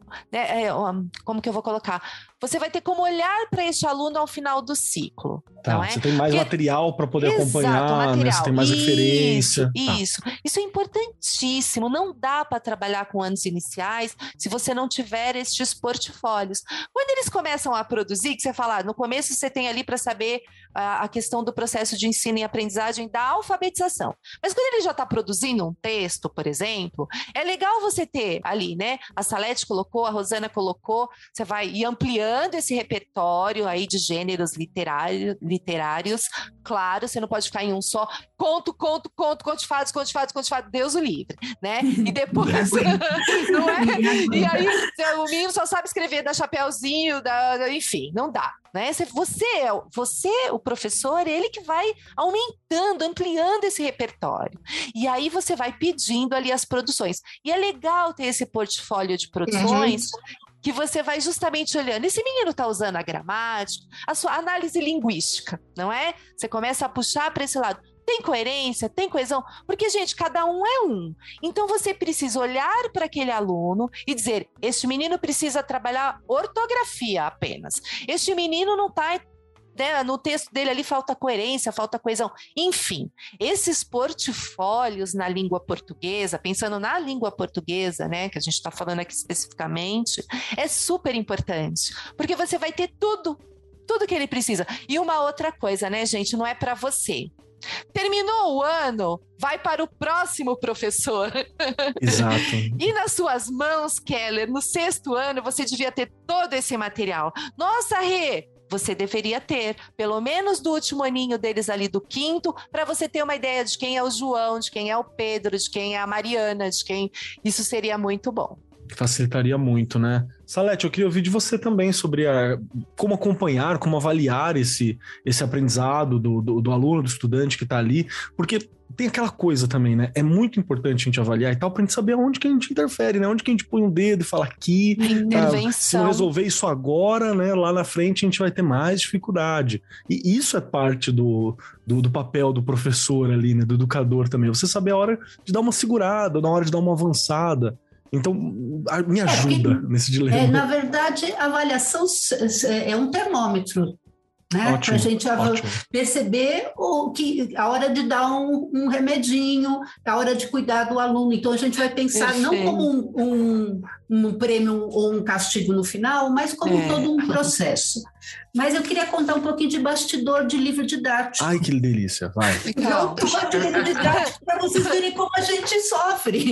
Speaker 2: É, é, como que eu vou colocar? Você vai ter como olhar para este aluno ao final do ciclo.
Speaker 1: Tá,
Speaker 2: não é?
Speaker 1: Você tem mais
Speaker 2: Porque...
Speaker 1: material para poder
Speaker 2: Exato,
Speaker 1: acompanhar,
Speaker 2: material.
Speaker 1: né? Você tem mais
Speaker 2: isso,
Speaker 1: referência.
Speaker 2: Isso,
Speaker 1: tá.
Speaker 2: isso é importantíssimo. Não dá para trabalhar com anos iniciais se você não tiver estes portfólios. Quando eles começam a produzir, que você fala, ah, no começo você tem ali para saber a, a questão do processo de ensino e aprendizagem da alfabetização. Mas quando ele já está produzindo um texto, por exemplo, é legal você ter ali, né? A Salete colocou, a Rosana colocou, você vai ir ampliando esse repertório aí de gêneros literário, literários. Claro, você não pode ficar em um só. Conto, conto, conto, conto de fadas, conto de fadas, conto de fadas, Deus o livre, né? E depois, não é? E aí, o menino só sabe escrever da Chapeuzinho, da, enfim, não dá. Né? Você, você, o professor, ele que vai aumentando, ampliando esse repertório. E aí você vai pedindo ali as produções. E é legal ter esse portfólio de produções... Uhum. Que você vai justamente olhando, esse menino está usando a gramática, a sua análise linguística, não é? Você começa a puxar para esse lado. Tem coerência? Tem coesão? Porque, gente, cada um é um. Então, você precisa olhar para aquele aluno e dizer, este menino precisa trabalhar ortografia apenas. Este menino não está... Né, no texto dele ali falta coerência, falta coesão. Enfim, esses portfólios na língua portuguesa, pensando na língua portuguesa, né, que a gente está falando aqui especificamente, é super importante, porque você vai ter tudo, tudo que ele precisa. E uma outra coisa, né, gente, não é para você. Terminou o ano, vai para o próximo professor.
Speaker 1: Exato.
Speaker 2: E nas suas mãos, Keller, no sexto ano, você devia ter todo esse material. Nossa, Rê! Você deveria ter, pelo menos do último aninho deles ali, do quinto, para você ter uma ideia de quem é o João, de quem é o Pedro, de quem é a Mariana, de quem... Isso seria muito bom.
Speaker 1: Facilitaria muito, né? Salete, eu queria ouvir de você também sobre a, como acompanhar, como avaliar esse, esse aprendizado do, do, do aluno, do estudante que está ali, porque tem aquela coisa também, né? É muito importante a gente avaliar e tal, pra gente saber aonde que a gente interfere, né? Onde que a gente põe um dedo e fala aqui,
Speaker 2: intervenção.
Speaker 1: Tá, se não resolver isso agora, né? Lá na frente a gente vai ter mais dificuldade. E isso é parte do, do, do papel do professor ali, né? Do educador também. Você saber a hora de dar uma segurada, na hora de dar uma avançada. Então, me ajuda é, porque, nesse dilema.
Speaker 3: É, na verdade, a avaliação é um termômetro, né? Para a gente ótimo. perceber o que, a hora de dar um, um remedinho, a hora de cuidar do aluno. Então, a gente vai pensar Perfeito. não como um, um, um prêmio ou um castigo no final, mas como é. todo um processo. Mas eu queria contar um pouquinho de bastidor de livro didático.
Speaker 1: Ai, que delícia, vai.
Speaker 3: Então, eu gosto de livro didático para vocês verem como a gente sofre.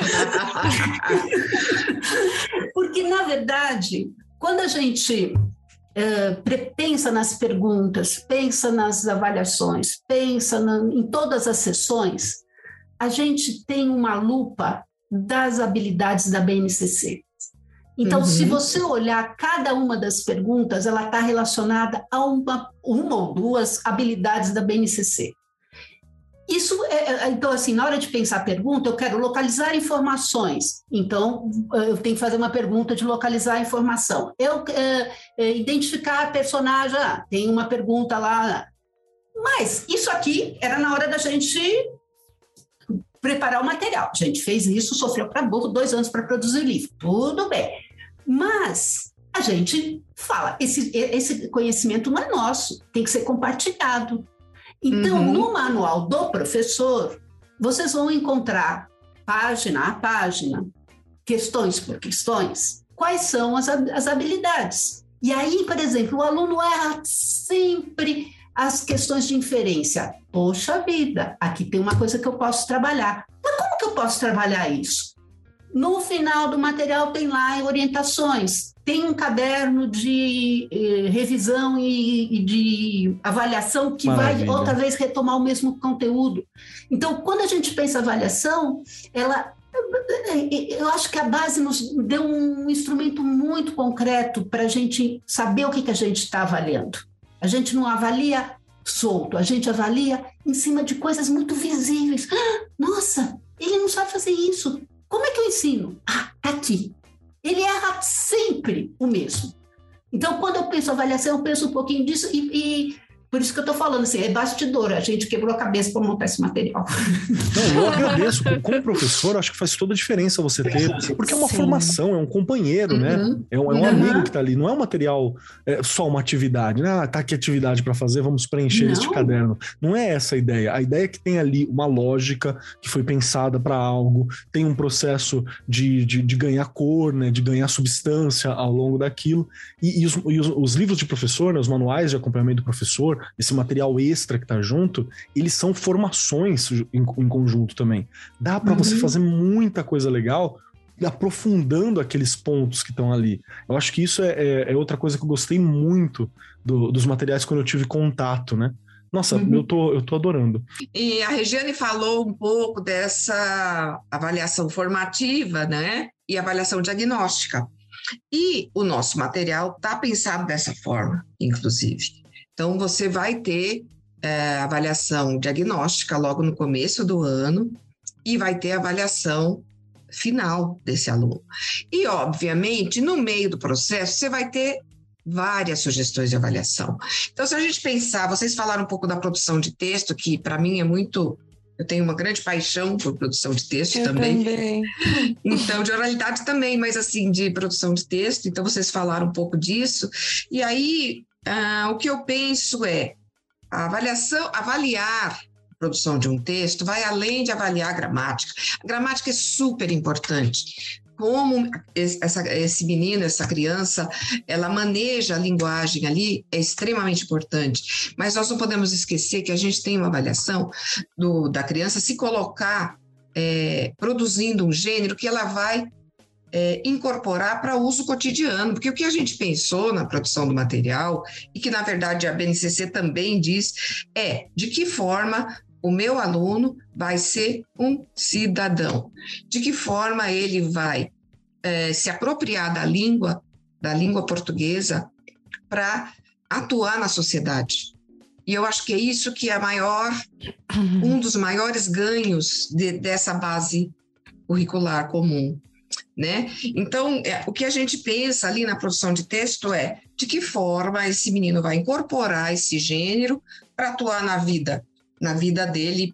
Speaker 3: Porque, na verdade, quando a gente uh, pensa nas perguntas, pensa nas avaliações, pensa na, em todas as sessões, a gente tem uma lupa das habilidades da B N C C. Então, uhum. se você olhar cada uma das perguntas, ela está relacionada a uma, uma ou duas habilidades da B N C C. Isso é, então, assim, na hora de pensar a pergunta, eu quero localizar informações. Então, eu tenho que fazer uma pergunta de localizar a informação. Eu é, é, identificar a personagem, ah, tem uma pergunta lá. Mas isso aqui era na hora da gente preparar o material. A gente fez isso, sofreu para burro, dois anos para produzir o livro. Tudo bem. Mas a gente fala, esse, esse conhecimento não é nosso, tem que ser compartilhado. Então, uhum. no manual do professor, vocês vão encontrar, página a página, questões por questões, quais são as, as habilidades. E aí, por exemplo, o aluno erra sempre as questões de inferência. Poxa vida, aqui tem uma coisa que eu posso trabalhar. Mas como que eu posso trabalhar isso? No final do material tem lá orientações, tem um caderno de eh, revisão e, e de avaliação que Maravilha. vai outra vez retomar o mesmo conteúdo. Então, quando a gente pensa avaliação, ela, eu acho que a base nos deu um instrumento muito concreto para a gente saber o que, que a gente está avaliando. A gente não avalia solto, a gente avalia em cima de coisas muito visíveis. Ah, nossa, ele não sabe fazer isso. Como é que eu ensino? Ah, aqui. Ele erra sempre o mesmo. Então, quando eu penso avaliação, eu penso um pouquinho disso e, e por isso que eu estou falando assim, é bastidor, a gente quebrou a cabeça para montar esse material.
Speaker 1: Não, eu agradeço. Como professor, acho que faz toda a diferença você ter, porque é uma Sim. formação, é um companheiro, uhum. né? É um, é um uhum. amigo que está ali, não é um material, é só uma atividade, né? Ah, tá aqui atividade para fazer, vamos preencher não. este caderno. Não é essa a ideia. A ideia é que tem ali uma lógica que foi pensada para algo, tem um processo de, de, de ganhar cor, né? De ganhar substância ao longo daquilo. E, e, os, e os, os livros de professor, né? Os manuais de acompanhamento do professor, esse material extra que tá junto, eles são formações em, em conjunto também. Dá para uhum. você fazer muita coisa legal aprofundando aqueles pontos que estão ali. Eu acho que isso é, é, é outra coisa que eu gostei muito do, dos materiais quando eu tive contato, né? Nossa, uhum. eu, tô, eu tô adorando.
Speaker 4: E a Regiane falou um pouco dessa avaliação formativa, né? E avaliação diagnóstica. E o nosso material tá pensado dessa forma, inclusive. Então, você vai ter é, avaliação diagnóstica logo no começo do ano e vai ter avaliação final desse aluno. E, obviamente, no meio do processo, você vai ter várias sugestões de avaliação. Então, se a gente pensar, vocês falaram um pouco da produção de texto, que para mim é muito... Eu tenho uma grande paixão por produção de texto
Speaker 2: eu
Speaker 4: também.
Speaker 2: também.
Speaker 4: Então, de oralidade também, mas assim, de produção de texto. Então, vocês falaram um pouco disso. E aí... Ah, o que eu penso é a avaliação, avaliar a produção de um texto vai além de avaliar a gramática. A gramática é super importante. Como essa, esse menino, essa criança, ela maneja a linguagem ali é extremamente importante. Mas nós não podemos esquecer que a gente tem uma avaliação do, da criança se colocar é, produzindo um gênero que ela vai É, incorporar para uso cotidiano, porque o que a gente pensou na produção do material, e que na verdade a B N C C também diz, é de que forma o meu aluno vai ser um cidadão, de que forma ele vai é, se apropriar da língua, da língua portuguesa, para atuar na sociedade. E eu acho que é isso que é a maior, um dos maiores ganhos de, dessa base curricular comum. Né? Então, é, o que a gente pensa ali na produção de texto é de que forma esse menino vai incorporar esse gênero para atuar na vida, na vida dele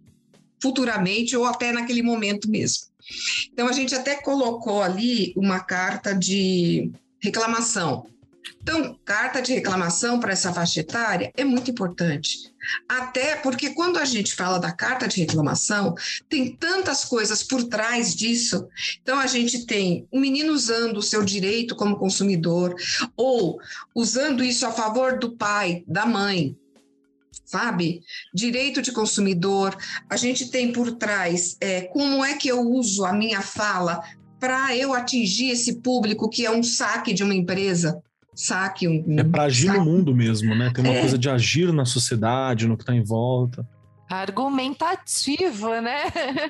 Speaker 4: futuramente ou até naquele momento mesmo. Então, a gente até colocou ali uma carta de reclamação. Então, carta de reclamação para essa faixa etária é muito importante. Até porque quando a gente fala da carta de reclamação, tem tantas coisas por trás disso. Então, a gente tem um menino usando o seu direito como consumidor ou usando isso a favor do pai, da mãe, sabe? Direito de consumidor. A gente tem por trás é, como é que eu uso a minha fala para eu atingir esse público que é um saque de uma empresa. Saque um, um
Speaker 1: é para agir
Speaker 4: saque.
Speaker 1: no mundo mesmo, né? Tem uma
Speaker 4: é.
Speaker 1: coisa de agir na sociedade, no que está em volta.
Speaker 2: Argumentativo, né?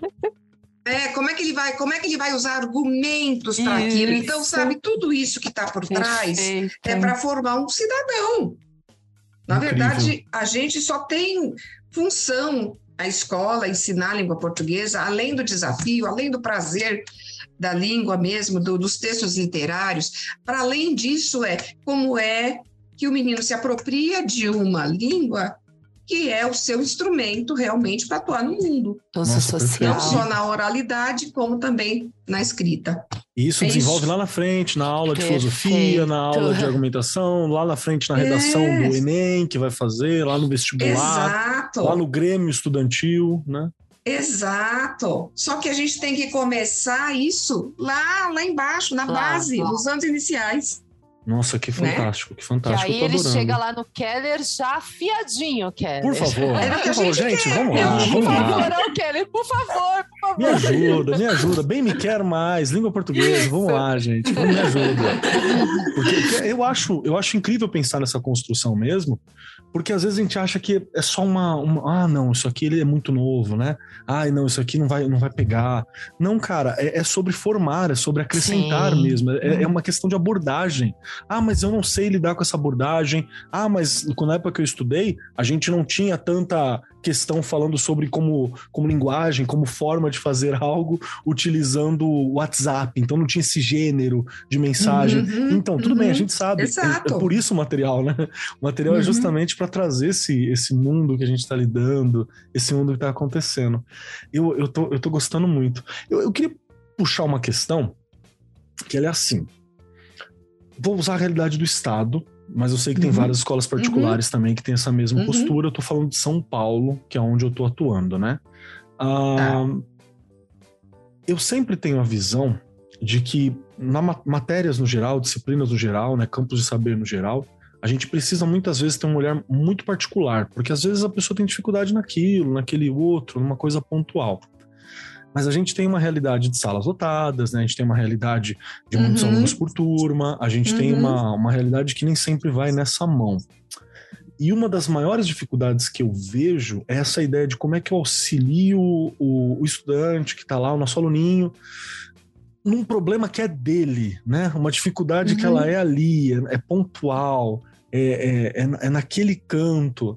Speaker 4: É, como é que ele vai, como é que ele vai usar argumentos para aquilo? Então, sabe, tudo isso que está por trás Perfeito. É para formar um cidadão. Na Incrível. Verdade, a gente só tem função, a escola, ensinar a língua portuguesa, além do desafio, além do prazer da língua mesmo, do, dos textos literários. Para além disso, é como é que o menino se apropria de uma língua que é o seu instrumento realmente para atuar no mundo.
Speaker 2: Nossa, social.
Speaker 4: Não só na oralidade, como também na escrita.
Speaker 1: E isso é desenvolve isso. Lá na frente, na aula de Perfeito. Filosofia, na aula de argumentação, lá na frente na redação é. Do Enem, que vai fazer, lá no vestibular, Exato. Lá no Grêmio Estudantil, né?
Speaker 4: Exato. Só que a gente tem que começar isso lá, lá embaixo, na lá, base, lá. Nos anos iniciais.
Speaker 1: Nossa, que fantástico, né? Que fantástico.
Speaker 2: E aí ele chega lá no Keller já afiadinho, Keller.
Speaker 1: Por favor,
Speaker 4: é
Speaker 1: por favor, gente, quer. Vamos lá.
Speaker 2: Por
Speaker 1: vamos
Speaker 2: favor,
Speaker 1: lá.
Speaker 2: não, Keller, por favor, por favor.
Speaker 1: Me ajuda, me ajuda. Bem me quero mais, língua portuguesa, vamos lá, gente, vamos me ajuda. Porque, porque eu, acho, eu acho incrível pensar nessa construção mesmo, porque às vezes a gente acha que é só uma, uma... Ah, não, isso aqui ele é muito novo, né? Ah, não, isso aqui não vai, não vai pegar. Não, cara, é, é sobre formar, é sobre acrescentar Sim. mesmo. É, é uma questão de abordagem. Ah, mas eu não sei lidar com essa abordagem. Ah, mas na época que eu estudei, a gente não tinha tanta questão falando sobre como, como linguagem, como forma de fazer algo utilizando o WhatsApp. Então não tinha esse gênero de mensagem.
Speaker 4: Uhum,
Speaker 1: então, tudo
Speaker 4: uhum,
Speaker 1: bem, a gente sabe.
Speaker 4: Exato.
Speaker 1: É, é por isso o material, né? O material uhum. é justamente para trazer esse, esse mundo que a gente está lidando, esse mundo que está acontecendo. Eu, eu, tô, eu tô gostando muito. Eu, eu queria puxar uma questão que ela é assim. Vou usar a realidade do Estado, mas eu sei que tem uhum. várias escolas particulares uhum. também que tem essa mesma uhum. postura. Eu tô falando de São Paulo, que é onde eu tô atuando, né? Ah, tá. Eu sempre tenho a visão de que na matérias no geral, disciplinas no geral, né, campos de saber no geral, a gente precisa muitas vezes ter um olhar muito particular, porque às vezes a pessoa tem dificuldade naquilo, naquele outro, numa coisa pontual. Mas a gente tem uma realidade de salas lotadas, né? A gente tem uma realidade de muitos uhum. alunos por turma, a gente uhum. tem uma, uma realidade que nem sempre vai nessa mão. E uma das maiores dificuldades que eu vejo é essa ideia de como é que eu auxilio o, o estudante que está lá, o nosso aluninho, num problema que é dele, né? Uma dificuldade uhum. que ela é ali, é, é pontual, é, é, é, é naquele canto.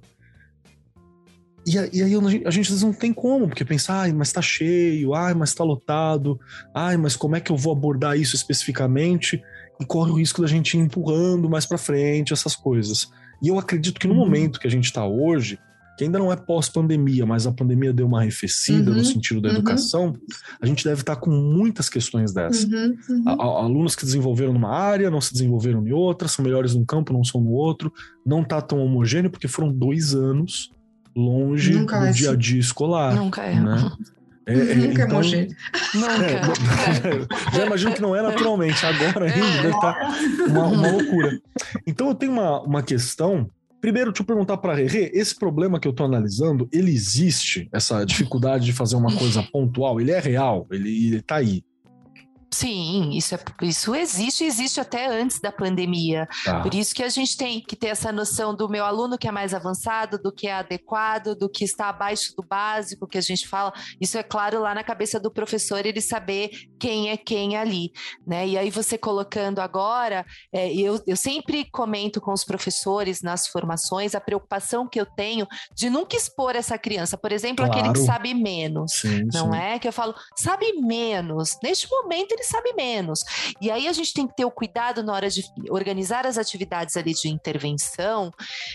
Speaker 1: E, e aí a gente às vezes não tem como, porque pensar, ai, mas tá cheio, ai, mas tá lotado, ai, mas como é que eu vou abordar isso especificamente? E corre o risco da gente ir empurrando mais pra frente essas coisas. E eu acredito que no uhum. momento que a gente tá hoje, que ainda não é pós-pandemia, mas a pandemia deu uma arrefecida uhum. no sentido da uhum. educação, a gente deve estar com muitas questões dessas. Uhum. Uhum. A, a, alunos que desenvolveram numa área, não se desenvolveram em outra, são melhores num campo, não são no outro, não tá tão homogêneo, porque foram dois anos longe Nunca do é dia a dia escolar.
Speaker 2: Nunca é.
Speaker 1: Né? É, é,
Speaker 4: Nunca
Speaker 1: então,
Speaker 4: é homogêneo.
Speaker 2: Nunca.
Speaker 1: É, já imagino que não é naturalmente. Agora ainda é. deve estar uma, uma loucura. Então eu tenho uma, uma questão. Primeiro, deixa eu perguntar para a Rerê, esse problema que eu estou analisando, ele existe? Essa dificuldade de fazer uma coisa pontual? Ele é real? Ele está aí?
Speaker 2: Sim, isso, é, isso existe, existe até antes da pandemia. Tá. Por isso que a gente tem que ter essa noção do meu aluno que é mais avançado, do que é adequado, do que está abaixo do básico, que a gente fala. Isso é claro lá na cabeça do professor, ele saber quem é quem ali, né? E aí você colocando agora, é, eu, eu sempre comento com os professores nas formações a preocupação que eu tenho de nunca expor essa criança. Por exemplo, claro. Aquele que sabe menos, sim, não sim. é? Que eu falo, sabe menos. Neste momento ele sabe menos. E aí a gente tem que ter o cuidado na hora de organizar as atividades ali de intervenção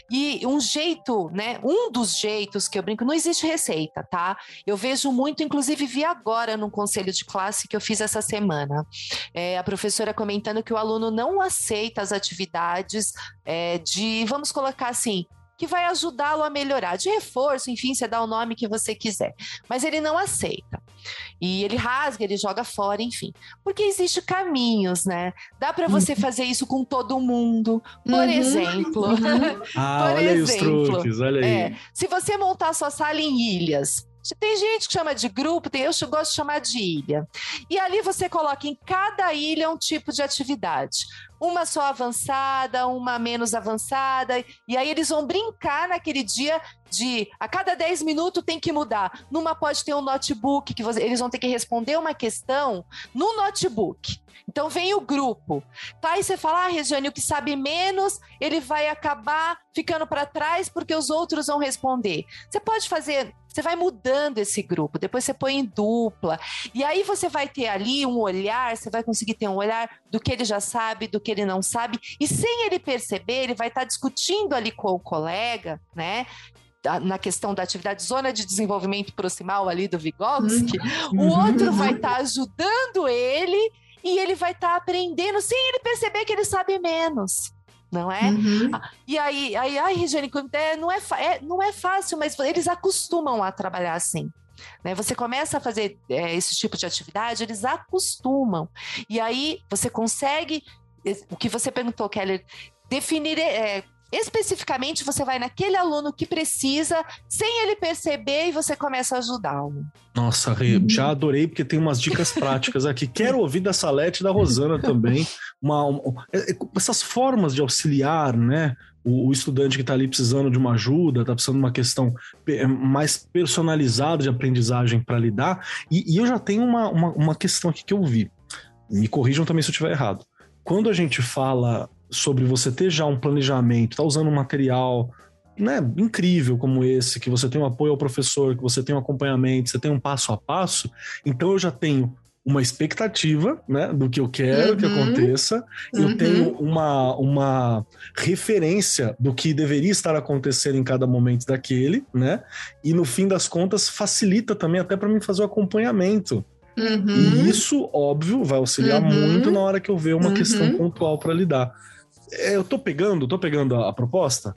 Speaker 2: e um jeito, né, um dos jeitos que eu brinco, não existe receita, tá? Eu vejo muito, inclusive vi agora num conselho de classe que eu fiz essa semana, é, a professora comentando que o aluno não aceita as atividades é, de, vamos colocar assim, que vai ajudá-lo a melhorar, de reforço, enfim, você dá o nome que você quiser, mas ele não aceita. E ele rasga, ele joga fora, enfim. Porque existem caminhos, né? Dá para você fazer isso com todo mundo. Por uhum. exemplo...
Speaker 1: Uhum. Ah, por olha exemplo, aí os truques, olha aí.
Speaker 2: É, se você montar sua sala em ilhas, tem gente que chama de grupo, tem, eu gosto de chamar de ilha. E ali você coloca em cada ilha um tipo de atividade. Uma só avançada, uma menos avançada. E aí eles vão brincar naquele dia de a cada dez minutos tem que mudar. Numa pode ter um notebook, que você, eles vão ter que responder uma questão no notebook. Então vem o grupo. Tá, aí você fala, ah, Regiane, o que sabe menos, ele vai acabar ficando para trás porque os outros vão responder. Você pode fazer, você vai mudando esse grupo, depois você põe em dupla. E aí você vai ter ali um olhar, você vai conseguir ter um olhar do que ele já sabe, do que ele não sabe. E sem ele perceber, ele vai estar discutindo ali com o colega, né? Na questão da atividade zona de desenvolvimento proximal ali do Vygotsky, uhum. o outro vai estar ajudando ele e ele vai estar aprendendo sem ele perceber que ele sabe menos, não é? Uhum. E aí, aí ai, Regiane, não é, é, não é fácil, mas eles acostumam a trabalhar assim. Né? Você começa a fazer é, esse tipo de atividade, eles acostumam. E aí você consegue, o que você perguntou, Keller, definir... É, especificamente, você vai naquele aluno que precisa, sem ele perceber, e você começa a ajudá-lo.
Speaker 1: Nossa, Rê, já adorei, porque tem umas dicas práticas aqui. Quero ouvir da Salete e da Rosana também. Uma, uma, essas formas de auxiliar, né? O, o estudante que está ali precisando de uma ajuda, está precisando de uma questão mais personalizada de aprendizagem para lidar. E, e eu já tenho uma, uma, uma questão aqui que eu vi. Me corrijam também se eu estiver errado. Quando a gente fala sobre você ter já um planejamento, tá usando um material, né, incrível como esse, que você tem um apoio ao professor, que você tem um acompanhamento, você tem um passo a passo, então eu já tenho uma expectativa, né, do que eu quero uhum. que aconteça, uhum. eu tenho uma, uma referência do que deveria estar acontecendo em cada momento daquele, né, e no fim das contas facilita também até para mim fazer o acompanhamento. Uhum. E isso, óbvio, vai auxiliar uhum. muito na hora que eu ver uma uhum. questão pontual para lidar. Eu tô pegando, tô pegando a, a proposta?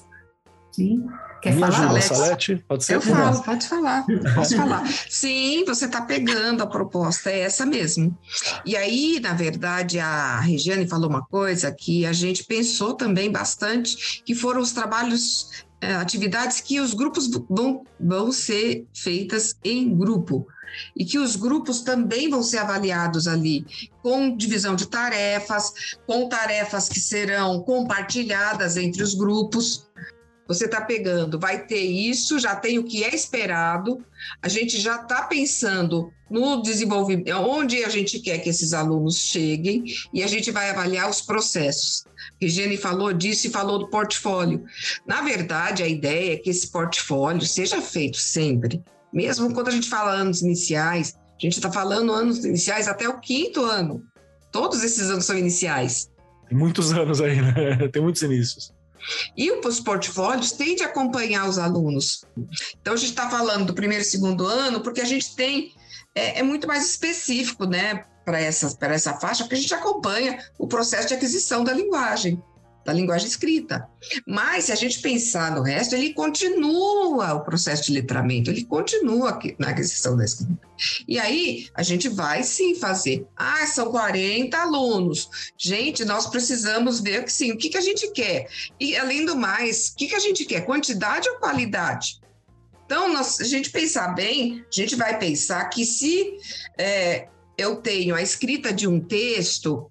Speaker 3: Sim. Quer
Speaker 1: Me
Speaker 3: falar,
Speaker 1: ajuda,
Speaker 3: Alex?
Speaker 1: Salete? Pode ser?
Speaker 4: Eu falo, pode falar, posso falar. Sim, você está pegando a proposta, é essa mesmo. E aí, na verdade, a Regiane falou uma coisa que a gente pensou também bastante, que foram os trabalhos, atividades que os grupos vão, vão ser feitas em grupo. E que os grupos também vão ser avaliados ali, com divisão de tarefas, com tarefas que serão compartilhadas entre os grupos. Você está pegando, vai ter isso, já tem o que é esperado, a gente já está pensando no desenvolvimento, onde a gente quer que esses alunos cheguem, e a gente vai avaliar os processos. Regiane falou disso e falou do portfólio. Na verdade, a ideia é que esse portfólio seja feito sempre, mesmo quando a gente fala anos iniciais, a gente está falando anos iniciais até o quinto ano. Todos esses anos são iniciais.
Speaker 1: Tem muitos anos aí, né? Tem muitos inícios.
Speaker 4: E os portfólios têm de acompanhar os alunos. Então, a gente está falando do primeiro e segundo ano, porque a gente tem, é, é muito mais específico, né, para essa, para essa faixa, porque a gente acompanha o processo de aquisição da linguagem, da linguagem escrita. Mas, se a gente pensar no resto, ele continua o processo de letramento, ele continua na aquisição da escrita. E aí, a gente vai sim fazer. Ah, são quarenta alunos. Gente, nós precisamos ver que sim, o que, que a gente quer. E, além do mais, o que, que a gente quer? Quantidade ou qualidade? Então, nós, se a gente pensar bem, a gente vai pensar que se é, eu tenho a escrita de um texto,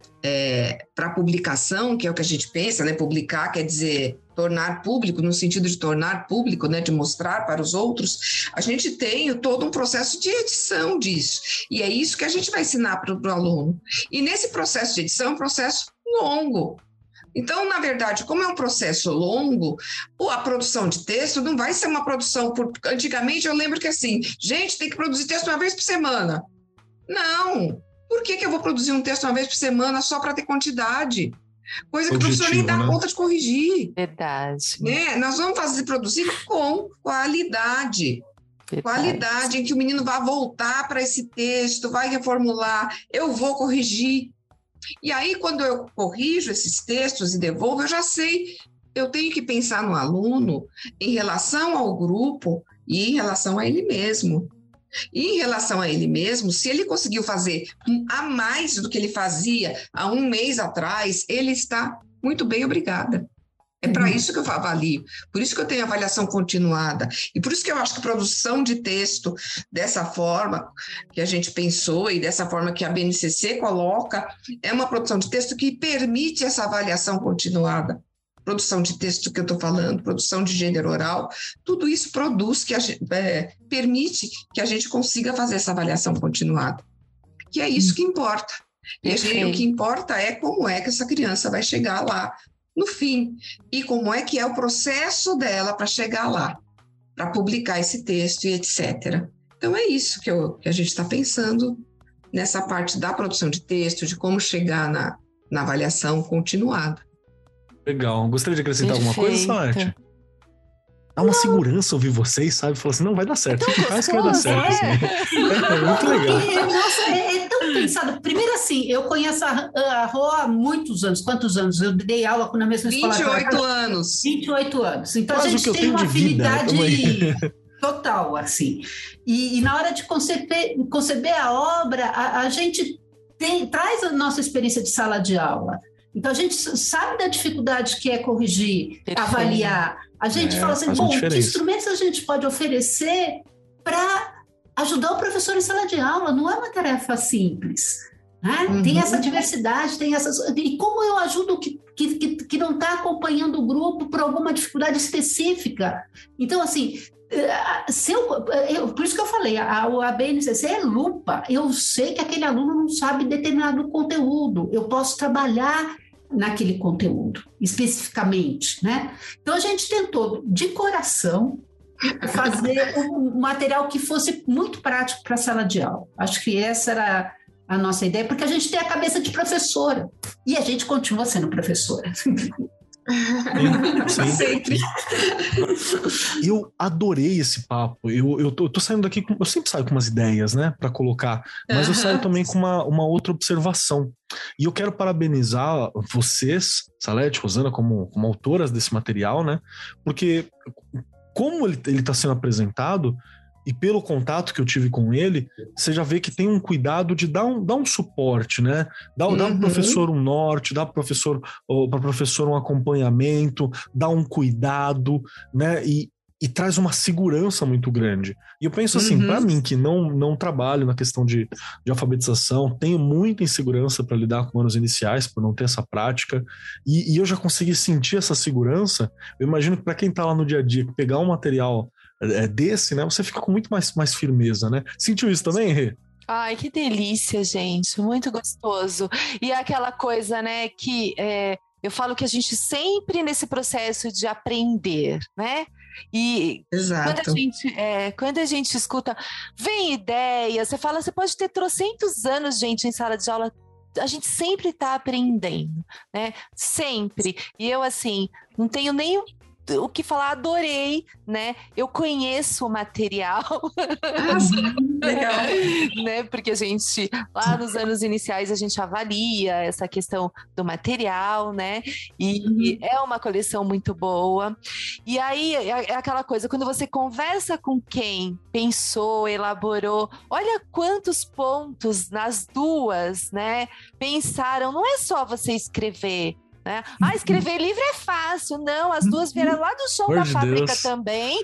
Speaker 4: É, para publicação, que é o que a gente pensa, né? Publicar quer dizer tornar público, no sentido de tornar público, né? De mostrar para os outros, a gente tem todo um processo de edição disso, e é isso que a gente vai ensinar para o aluno. E nesse processo de edição é um processo longo. Então, na verdade, como é um processo longo, a produção de texto não vai ser uma produção... Por... Antigamente, eu lembro que assim, gente, tem que produzir texto uma vez por semana. Não! Por que, que eu vou produzir um texto uma vez por semana só para ter quantidade? Coisa que Objetivo, o professor nem dá né? conta de corrigir.
Speaker 2: Verdade.
Speaker 4: Né? Nós vamos fazer produzir com qualidade. Verdade. Qualidade em que o menino vai voltar para esse texto, vai reformular, eu vou corrigir. E aí, quando eu corrijo esses textos e devolvo, eu já sei, eu tenho que pensar no aluno em relação ao grupo e em relação a ele mesmo. E em relação a ele mesmo, se ele conseguiu fazer a mais do que ele fazia há um mês atrás, ele está muito bem, obrigada. É para isso que eu avalio, por isso que eu tenho avaliação continuada, e por isso que eu acho que a produção de texto, dessa forma que a gente pensou e dessa forma que a B N C C coloca, é uma produção de texto que permite essa avaliação continuada. Produção de texto que eu estou falando, produção de gênero oral, tudo isso produz, que a gente, é, permite que a gente consiga fazer essa avaliação continuada. Que é isso que importa. E a gente, o que importa é como é que essa criança vai chegar lá no fim, e como é que é o processo dela para chegar lá, para publicar esse texto e etcétera. Então é isso que, eu, que a gente está pensando nessa parte da produção de texto, de como chegar na, na avaliação continuada.
Speaker 1: Legal. Gostaria de acrescentar
Speaker 2: Perfeito.
Speaker 1: alguma coisa, Salete? Dá uma não. segurança ouvir vocês, sabe? Falar assim, não, vai dar certo.
Speaker 2: É
Speaker 1: faz que vai dar certo.
Speaker 2: É,
Speaker 1: assim. é, é muito legal.
Speaker 3: É, nossa, é, é tão pensado. Primeiro assim, eu conheço a, a Rô há muitos anos. Quantos anos? Eu dei aula na mesma escola.
Speaker 4: vinte e oito anos.
Speaker 3: vinte e oito anos. Então
Speaker 1: Quase
Speaker 3: a gente tem uma afinidade total, assim. E, e na hora de conceber, conceber a obra, a, a gente tem, traz a nossa experiência de sala de aula. Então, a gente sabe da dificuldade que é corrigir, Perfeito. avaliar. A gente é, fala assim, bom, que instrumentos a gente pode oferecer para ajudar o professor em sala de aula? Não é uma tarefa simples. Né? Uhum. Tem essa diversidade, tem essas... E como eu ajudo que, que, que, que não está acompanhando o grupo por alguma dificuldade específica? Então, assim... Se eu, eu, por isso que eu falei, a, a B N C C é lupa. Eu sei que aquele aluno não sabe determinado conteúdo. Eu posso trabalhar naquele conteúdo, especificamente, né? Então, a gente tentou, de coração, fazer um material que fosse muito prático para a sala de aula. Acho que essa era a nossa ideia, porque a gente tem a cabeça de professora, e a gente continua sendo professora.
Speaker 1: Sim, sim.
Speaker 3: Sempre.
Speaker 1: Eu adorei esse papo. Eu, eu, tô, eu tô saindo daqui, com, eu sempre saio com umas ideias, né, para colocar, mas eu saio também com uma, uma outra observação. E eu quero parabenizar vocês, Salete, Rosana, como, como autoras desse material, né, porque como ele está sendo apresentado, e pelo contato que eu tive com ele, você já vê que tem um cuidado de dar um, dar um suporte, né? Dar, uhum. dar para o professor um norte, dar para o professor, para professor um acompanhamento, dar um cuidado, né? E, e traz uma segurança muito grande. E eu penso assim, uhum. para mim, que não, não trabalho na questão de, de alfabetização, tenho muita insegurança para lidar com anos iniciais, por não ter essa prática, e, e eu já consegui sentir essa segurança. Eu imagino que para quem está lá no dia a dia, pegar um material desse, né, você fica com muito mais, mais firmeza, né? Sentiu isso também, Rê?
Speaker 2: Ai, que delícia, gente, muito gostoso. E é aquela coisa, né, que é, eu falo que a gente sempre nesse processo de aprender, né? E
Speaker 4: Exato.
Speaker 2: Quando a gente, é, quando a gente escuta, vem ideia, você fala, você pode ter trocentos anos, gente, em sala de aula, a gente sempre está aprendendo, né? Sempre. E eu, assim, não tenho nem o que falar, adorei, né? Eu conheço o material.
Speaker 4: Ah, legal.
Speaker 2: Né? Porque a gente, lá nos anos iniciais, a gente avalia essa questão do material, né? E, uhum. e é uma coleção muito boa. E aí, é aquela coisa, quando você conversa com quem pensou, elaborou, olha quantos pontos nas duas, né? Pensaram, não é só você escrever, né? Ah, escrever livro é fácil. Não, as duas vieram lá do chão
Speaker 1: Por
Speaker 2: da
Speaker 1: de
Speaker 2: fábrica
Speaker 1: Deus.
Speaker 2: Também.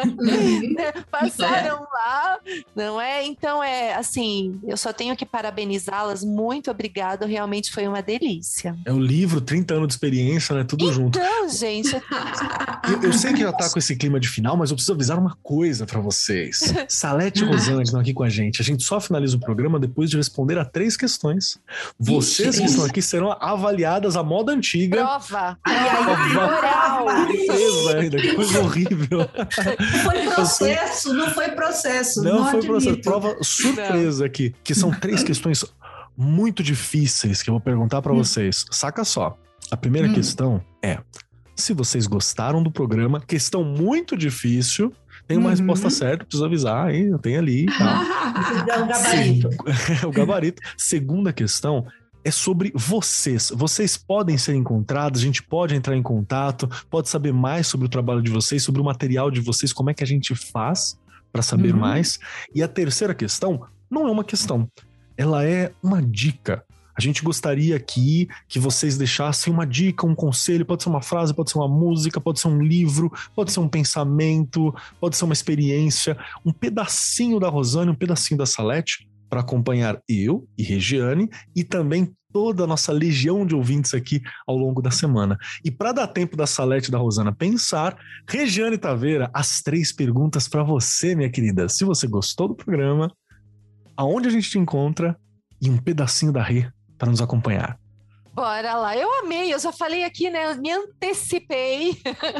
Speaker 2: Né? Passaram é. lá, não é? Então, é assim, eu só tenho que parabenizá-las. Muito obrigada, realmente foi uma delícia.
Speaker 1: É o livro, trinta anos de experiência, né? Tudo
Speaker 2: então,
Speaker 1: junto.
Speaker 2: Então, gente...
Speaker 1: eu, eu sei que já tá com esse clima de final, mas eu preciso avisar uma coisa pra vocês. Salete e Rosana, que estão aqui com a gente, a gente só finaliza o programa depois de responder a três questões. Vocês que estão aqui serão avaliadas à moda antiga.
Speaker 2: Prova!
Speaker 3: Ai, ai,
Speaker 2: oral!
Speaker 1: Surpresa ainda, que coisa horrível.
Speaker 3: Foi processo, não foi processo.
Speaker 1: Não,
Speaker 3: não
Speaker 1: foi
Speaker 3: admito.
Speaker 1: processo. Prova surpresa não. Aqui, que são três questões muito difíceis que eu vou perguntar pra hum. vocês. Saca só. A primeira hum. questão é: se vocês gostaram do programa, questão muito difícil. Tem uma uhum. resposta certa, preciso avisar, hein? Eu tenho ali. Tá?
Speaker 3: O gabarito.
Speaker 1: Se... o gabarito. Segunda questão é sobre vocês. Vocês podem ser encontrados, a gente pode entrar em contato, pode saber mais sobre o trabalho de vocês, sobre o material de vocês, como é que a gente faz para saber uhum. mais. E a terceira questão não é uma questão, ela é uma dica. A gente gostaria aqui que vocês deixassem uma dica, um conselho, pode ser uma frase, pode ser uma música, pode ser um livro, pode ser um pensamento, pode ser uma experiência, um pedacinho da Rosana, um pedacinho da Salete, para acompanhar eu e Regiane e também toda a nossa legião de ouvintes aqui ao longo da semana. E para dar tempo da Salete e da Rosana pensar, Regiane Taveira, as três perguntas para você, minha querida. Se você gostou do programa, aonde a gente te encontra e um pedacinho da Rê para nos acompanhar.
Speaker 2: Bora lá, eu amei, eu já falei aqui, né, eu me antecipei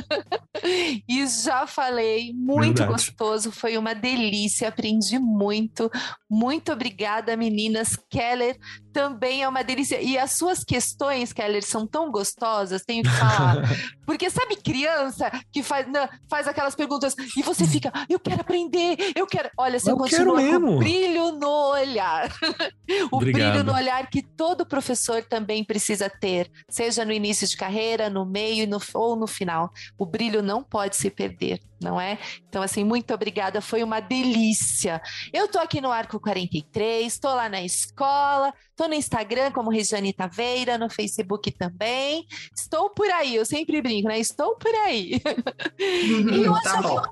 Speaker 2: e já falei, muito Verdade. Gostoso, foi uma delícia, aprendi muito, muito obrigada meninas, Keller também é uma delícia, e as suas questões, Keller, são tão gostosas, tenho que falar, porque sabe criança que faz, não, faz aquelas perguntas e você fica, eu quero aprender, eu quero, olha, você eu continua com o brilho no olhar, o Obrigado. Brilho no olhar que todo professor também precisa ter, seja no início de carreira, no meio no, ou no final, o brilho não pode se perder, não é? Então assim, muito obrigada, foi uma delícia. Eu tô aqui no Arco quarenta e três, tô lá na escola, tô no Instagram como Regiane Taveira, no Facebook também, estou por aí, eu sempre brinco, né? Estou por aí. e, hoje tá bom. Vou...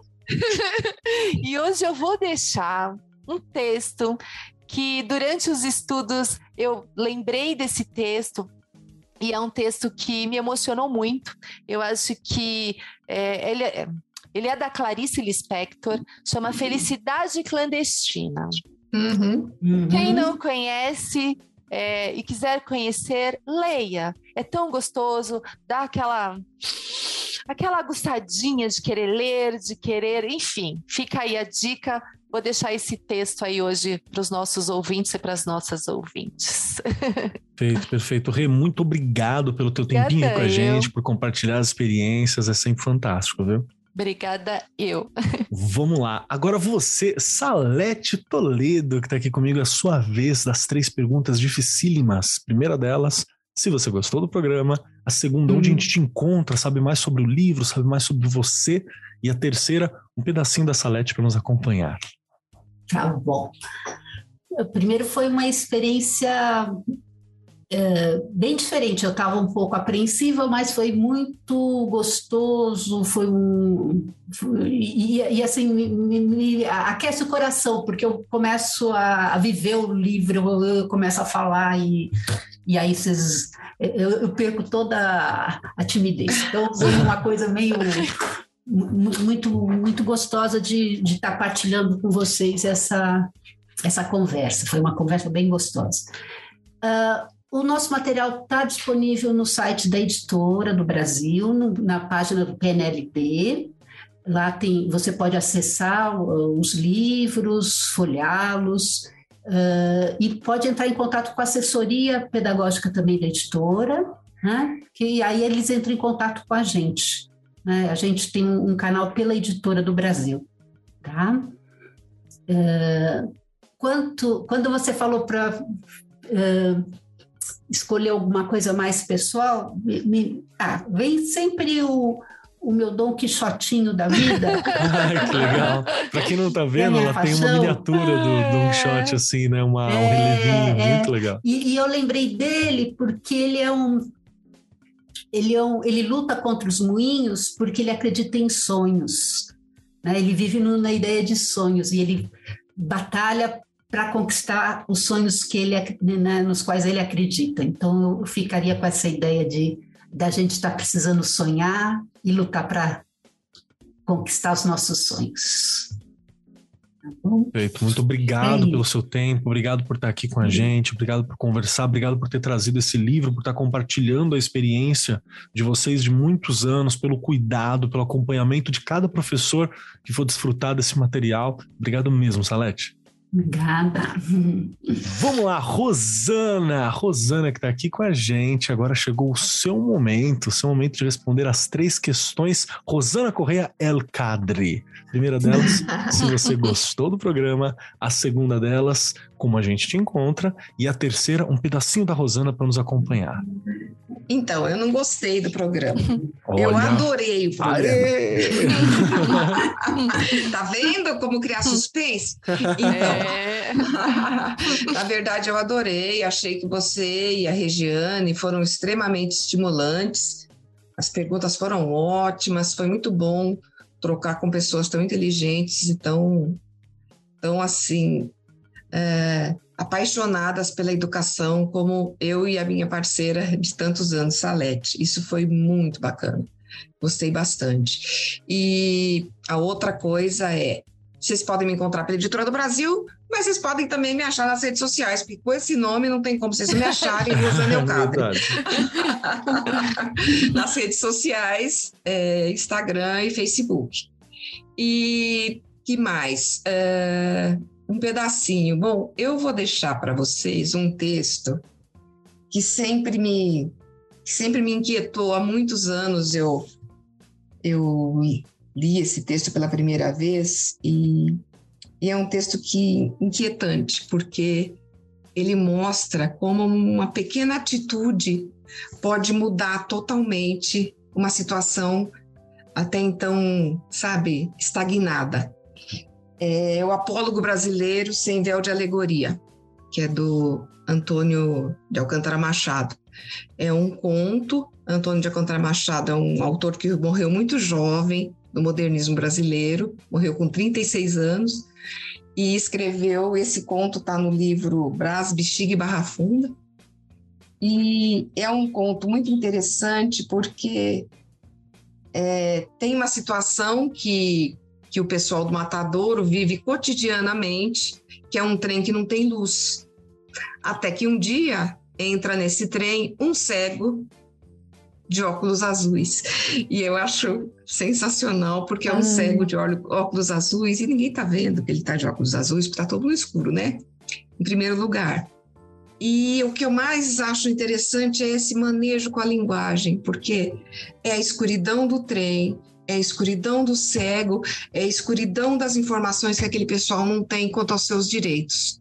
Speaker 2: e hoje eu vou deixar um texto que durante os estudos eu lembrei desse texto, e é um texto que me emocionou muito. Eu acho que é, ele, é, ele é da Clarice Lispector, chama Felicidade Clandestina.
Speaker 3: Uhum, uhum.
Speaker 2: Quem não conhece, é, e quiser conhecer, leia. É tão gostoso, dá aquela... aquela aguçadinha de querer ler, de querer... Enfim, fica aí a dica. Vou deixar esse texto aí hoje para os nossos ouvintes e para as nossas ouvintes.
Speaker 1: Perfeito, perfeito. Rê, muito obrigado pelo teu tempinho
Speaker 2: Obrigada
Speaker 1: com a gente,
Speaker 2: eu.
Speaker 1: por compartilhar as experiências. É sempre fantástico, viu?
Speaker 2: Obrigada, eu.
Speaker 1: Vamos lá. Agora você, Salete Toledo, que está aqui comigo, é a sua vez das três perguntas dificílimas. Primeira delas, se você gostou do programa. A segunda, hum. onde a gente te encontra, sabe mais sobre o livro, sabe mais sobre você. E a terceira, um pedacinho da Salete para nos acompanhar.
Speaker 3: Tá bom. Primeiro foi uma experiência é, bem diferente. Eu estava um pouco apreensiva, mas foi muito gostoso. Foi um foi, e, e assim me, me aquece o coração, porque eu começo a, a viver o livro, eu, eu começo a falar e e aí vocês eu, eu perco toda a, a timidez. Então foi uma coisa meio muito, muito gostosa de, de estar partilhando com vocês essa, essa conversa. Foi uma conversa bem gostosa. Uh, o nosso material está disponível no site da editora do Brasil, no, na página do P N L D. Lá tem, você pode acessar uh, os livros, folheá-los, uh, e pode entrar em contato com a assessoria pedagógica também da editora, né? Que aí eles entram em contato com a gente. A gente tem um canal pela Editora do Brasil, tá? É, quanto, quando você falou para é, escolher alguma coisa mais pessoal, me, me, ah, vem sempre o, o meu Dom Quixotinho da vida.
Speaker 1: Ai, que legal. Para quem não está vendo, ela paixão. Tem uma miniatura do Dom Quixote, assim, né? Uma, é, um relevinho, é, muito legal.
Speaker 3: E, e eu lembrei dele porque ele é um Ele, é um, ele luta contra os moinhos porque ele acredita em sonhos, né? Ele vive no, na ideia de sonhos e ele batalha para conquistar os sonhos que ele, né, nos quais ele acredita. Então, eu ficaria com essa ideia de da gente estar tá precisando sonhar e lutar para conquistar os nossos sonhos. Tá bom?
Speaker 1: Perfeito. Muito obrigado é pelo seu tempo, obrigado por estar aqui com a gente, obrigado por conversar, obrigado por ter trazido esse livro, por estar compartilhando a experiência de vocês de muitos anos, pelo cuidado, pelo acompanhamento de cada professor que for desfrutar desse material. Obrigado mesmo, Salete.
Speaker 3: Obrigada.
Speaker 1: Vamos lá, Rosana. Rosana que está aqui com a gente. Agora chegou o seu momento, o seu momento de responder as três questões. Rosana Correia El Cadre. Primeira delas, se você gostou do programa. A segunda delas, como a gente te encontra. E a terceira, um pedacinho da Rosana para nos acompanhar.
Speaker 4: Então, eu não gostei do programa.
Speaker 1: Olha.
Speaker 4: Eu adorei o programa. Tá vendo como criar suspense? Então, é. Na verdade, eu adorei. Achei que você e a Regiane foram extremamente estimulantes. As perguntas foram ótimas. Foi muito bom trocar com pessoas tão inteligentes e tão, tão assim, é, apaixonadas pela educação, como eu e a minha parceira de tantos anos, Salete. Isso foi muito bacana. Gostei bastante. E a outra coisa é, vocês podem me encontrar pela Editora do Brasil, mas vocês podem também me achar nas redes sociais, porque com esse nome não tem como vocês me acharem, Rosana El Cadre. Nas redes sociais, é, Instagram e Facebook. E que mais? É, um pedacinho. Bom, eu vou deixar para vocês um texto que sempre me, que sempre me inquietou. Há muitos anos eu, eu li esse texto pela primeira vez e, e é um texto que inquietante, porque ele mostra como uma pequena atitude pode mudar totalmente uma situação até então, sabe, estagnada. É o Apólogo Brasileiro Sem Véu de Alegoria, que é do Antônio de Alcântara Machado. É um conto. Antônio de Alcântara Machado é um autor que morreu muito jovem, do modernismo brasileiro, morreu com trinta e seis anos, e escreveu, esse conto está no livro Brás, Bexiga e Barra Funda, e é um conto muito interessante porque é, tem uma situação que, que o pessoal do Matadouro vive cotidianamente, que é um trem que não tem luz. Até que um dia entra nesse trem um cego de óculos azuis. E eu acho sensacional, porque é um ah. cego de óculos azuis e ninguém está vendo que ele está de óculos azuis, porque está todo no escuro, né? Em primeiro lugar. E o que eu mais acho interessante é esse manejo com a linguagem, porque é a escuridão do trem, é a escuridão do cego, é a escuridão das informações que aquele pessoal não tem quanto aos seus direitos.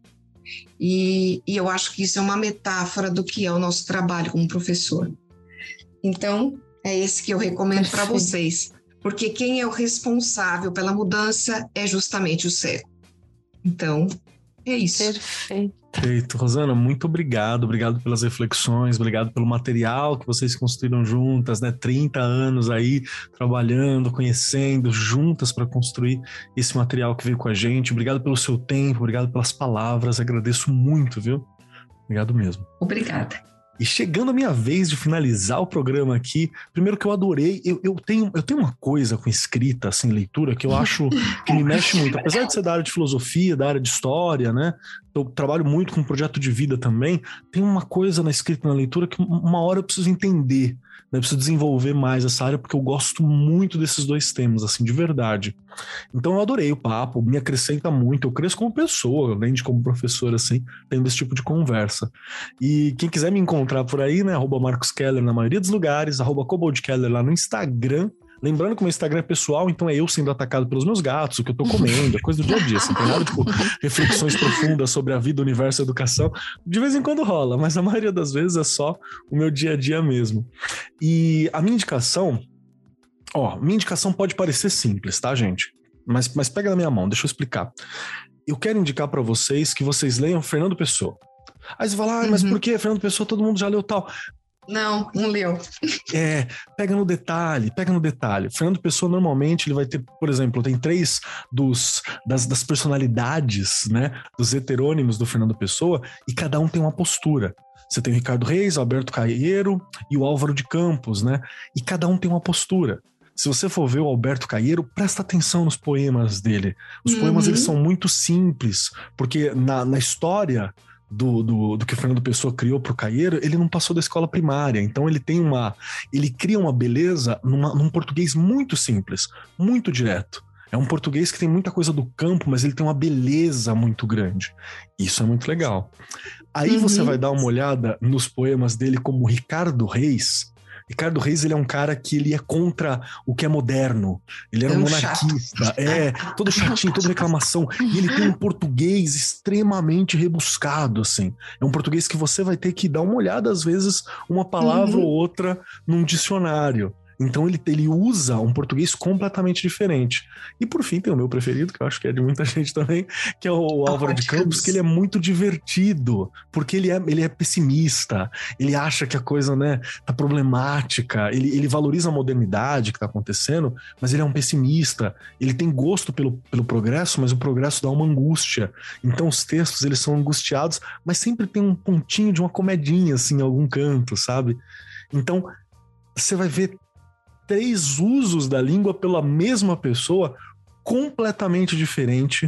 Speaker 4: E, e eu acho que isso é uma metáfora do que é o nosso trabalho como professor. Então, é esse que eu recomendo para vocês, porque quem é o responsável pela mudança é justamente o cego. Então, é isso.
Speaker 2: Perfeito.
Speaker 1: Perfeito. Rosana, muito obrigado. Obrigado pelas reflexões, obrigado pelo material que vocês construíram juntas, né? trinta anos aí trabalhando, conhecendo, juntas para construir esse material que veio com a gente. Obrigado pelo seu tempo, obrigado pelas palavras. Agradeço muito, viu? Obrigado mesmo.
Speaker 4: Obrigada.
Speaker 1: E chegando a minha vez de finalizar o programa aqui, primeiro que eu adorei, eu, eu, tenho, eu tenho uma coisa com escrita, assim, leitura, que eu acho que me mexe muito. Apesar de ser da área de filosofia, da área de história, né? Eu trabalho muito com um projeto de vida também. Tem uma coisa na escrita e na leitura que uma hora eu preciso entender, né? Eu preciso desenvolver mais essa área, porque eu gosto muito desses dois temas, assim, de verdade. Então eu adorei o papo, me acrescenta muito, eu cresço como pessoa, além de como professor, assim, tendo esse tipo de conversa. E quem quiser me encontrar por aí, né, arroba Marcos Keller na maioria dos lugares, arroba Kobold Keller lá no Instagram. Lembrando que o meu Instagram é pessoal, então é eu sendo atacado pelos meus gatos, o que eu tô comendo, é coisa do dia a dia, assim, tem nada, tipo, reflexões profundas sobre a vida, o universo, a educação. De vez em quando rola, mas a maioria das vezes é só o meu dia a dia mesmo. E a minha indicação, ó, minha indicação pode parecer simples, tá, gente? Mas, mas pega na minha mão, deixa eu explicar. Eu quero indicar pra vocês que vocês leiam Fernando Pessoa. Aí você fala, ah, mas uhum. por que Fernando Pessoa todo mundo já leu tal?
Speaker 4: Não, não leu.
Speaker 1: É, pega no detalhe, pega no detalhe. Fernando Pessoa, normalmente, ele vai ter, por exemplo, tem três dos, das, das personalidades, né, dos heterônimos do Fernando Pessoa, e cada um tem uma postura. Você tem o Ricardo Reis, o Alberto Caeiro e o Álvaro de Campos, né, e cada um tem uma postura. Se você for ver o Alberto Caeiro, presta atenção nos poemas dele. Os uhum. poemas, eles são muito simples, porque na, na história... Do, do, do que o Fernando Pessoa criou para o Caeiro, ele não passou da escola primária, então ele tem uma, ele cria uma beleza numa, num português muito simples, muito direto. É um português que tem muita coisa do campo, mas ele tem uma beleza muito grande. Isso é muito legal. Aí uhum. você vai dar uma olhada nos poemas dele como Ricardo Reis. Ricardo Reis, ele é um cara que ele é contra o que é moderno. Ele era é um monarquista, chato. é, todo chatinho, toda reclamação. E ele tem um português extremamente rebuscado, assim. É um português que você vai ter que dar uma olhada, às vezes, uma palavra uhum. ou outra num dicionário. Então ele, ele usa um português completamente diferente. E por fim tem o meu preferido, que eu acho que é de muita gente também, que é o Álvaro de Campos, que ele é muito divertido, porque ele é, ele é pessimista, ele acha que a coisa, né, tá problemática, ele, ele valoriza a modernidade que tá acontecendo, mas ele é um pessimista, ele tem gosto pelo, pelo progresso, mas o progresso dá uma angústia. Então os textos, eles são angustiados, mas sempre tem um pontinho de uma comedinha, assim, em algum canto, sabe? Então você vai ver três usos da língua pela mesma pessoa, completamente diferente,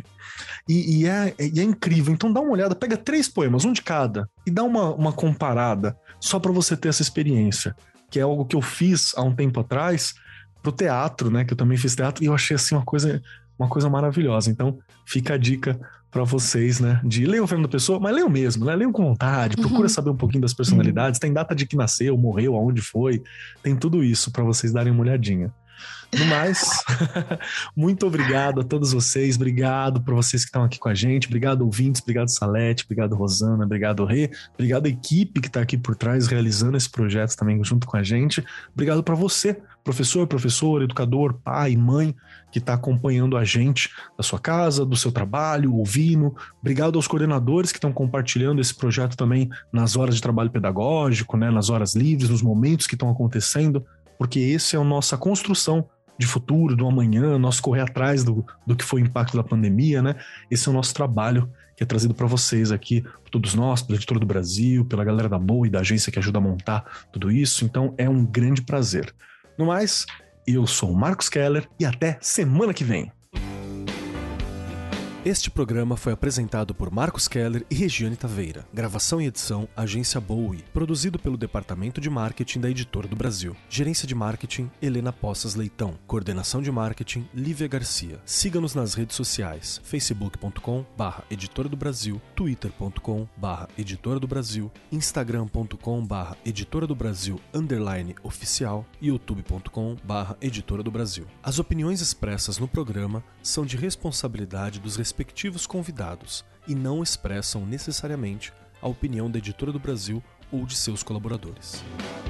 Speaker 1: e, e, é, e é incrível. Então dá uma olhada, pega três poemas, um de cada, e dá uma, uma comparada, só para você ter essa experiência, que é algo que eu fiz há um tempo atrás pro teatro, né, que eu também fiz teatro, e eu achei assim uma coisa, uma coisa maravilhosa. Então fica a dica para vocês, né, de leiam o Fernando Pessoa, mas leiam mesmo, né, leiam com vontade, procura uhum. saber um pouquinho das personalidades, tem data de que nasceu, morreu, aonde foi, tem tudo isso para vocês darem uma olhadinha. No mais, muito obrigado a todos vocês, obrigado por vocês que estão aqui com a gente, obrigado ouvintes, obrigado Salete, obrigado Rosana, obrigado Rê, obrigado a equipe que está aqui por trás realizando esse projeto também junto com a gente, obrigado para você, professor, professor, educador, pai, mãe, que está acompanhando a gente da sua casa, do seu trabalho, ouvindo, obrigado aos coordenadores que estão compartilhando esse projeto também nas horas de trabalho pedagógico, né, nas horas livres, nos momentos que estão acontecendo, porque esse é a nossa construção de futuro, do amanhã, nosso correr atrás do, do que foi o impacto da pandemia, né? Esse é o nosso trabalho que é trazido para vocês aqui, por todos nós, pela Editora do Brasil, pela galera da Boa e da agência que ajuda a montar tudo isso. Então é um grande prazer. No mais, eu sou o Marcos Keller e até semana que vem. Este programa foi apresentado por Marcos Keller e Regiane Taveira. Gravação e edição, Agência Bowie. Produzido pelo Departamento de Marketing da Editora do Brasil. Gerência de Marketing, Helena Poças Leitão. Coordenação de Marketing, Lívia Garcia. Siga-nos nas redes sociais, facebook ponto com barra editora do Brasil, twitter ponto com barra editora do Brasil, instagram ponto com barra editora do Brasil, underline oficial, e youtube ponto com barra editora do Brasil. As opiniões expressas no programa são de responsabilidade dos respectivos convidados e não expressam necessariamente a opinião da Editora do Brasil ou de seus colaboradores.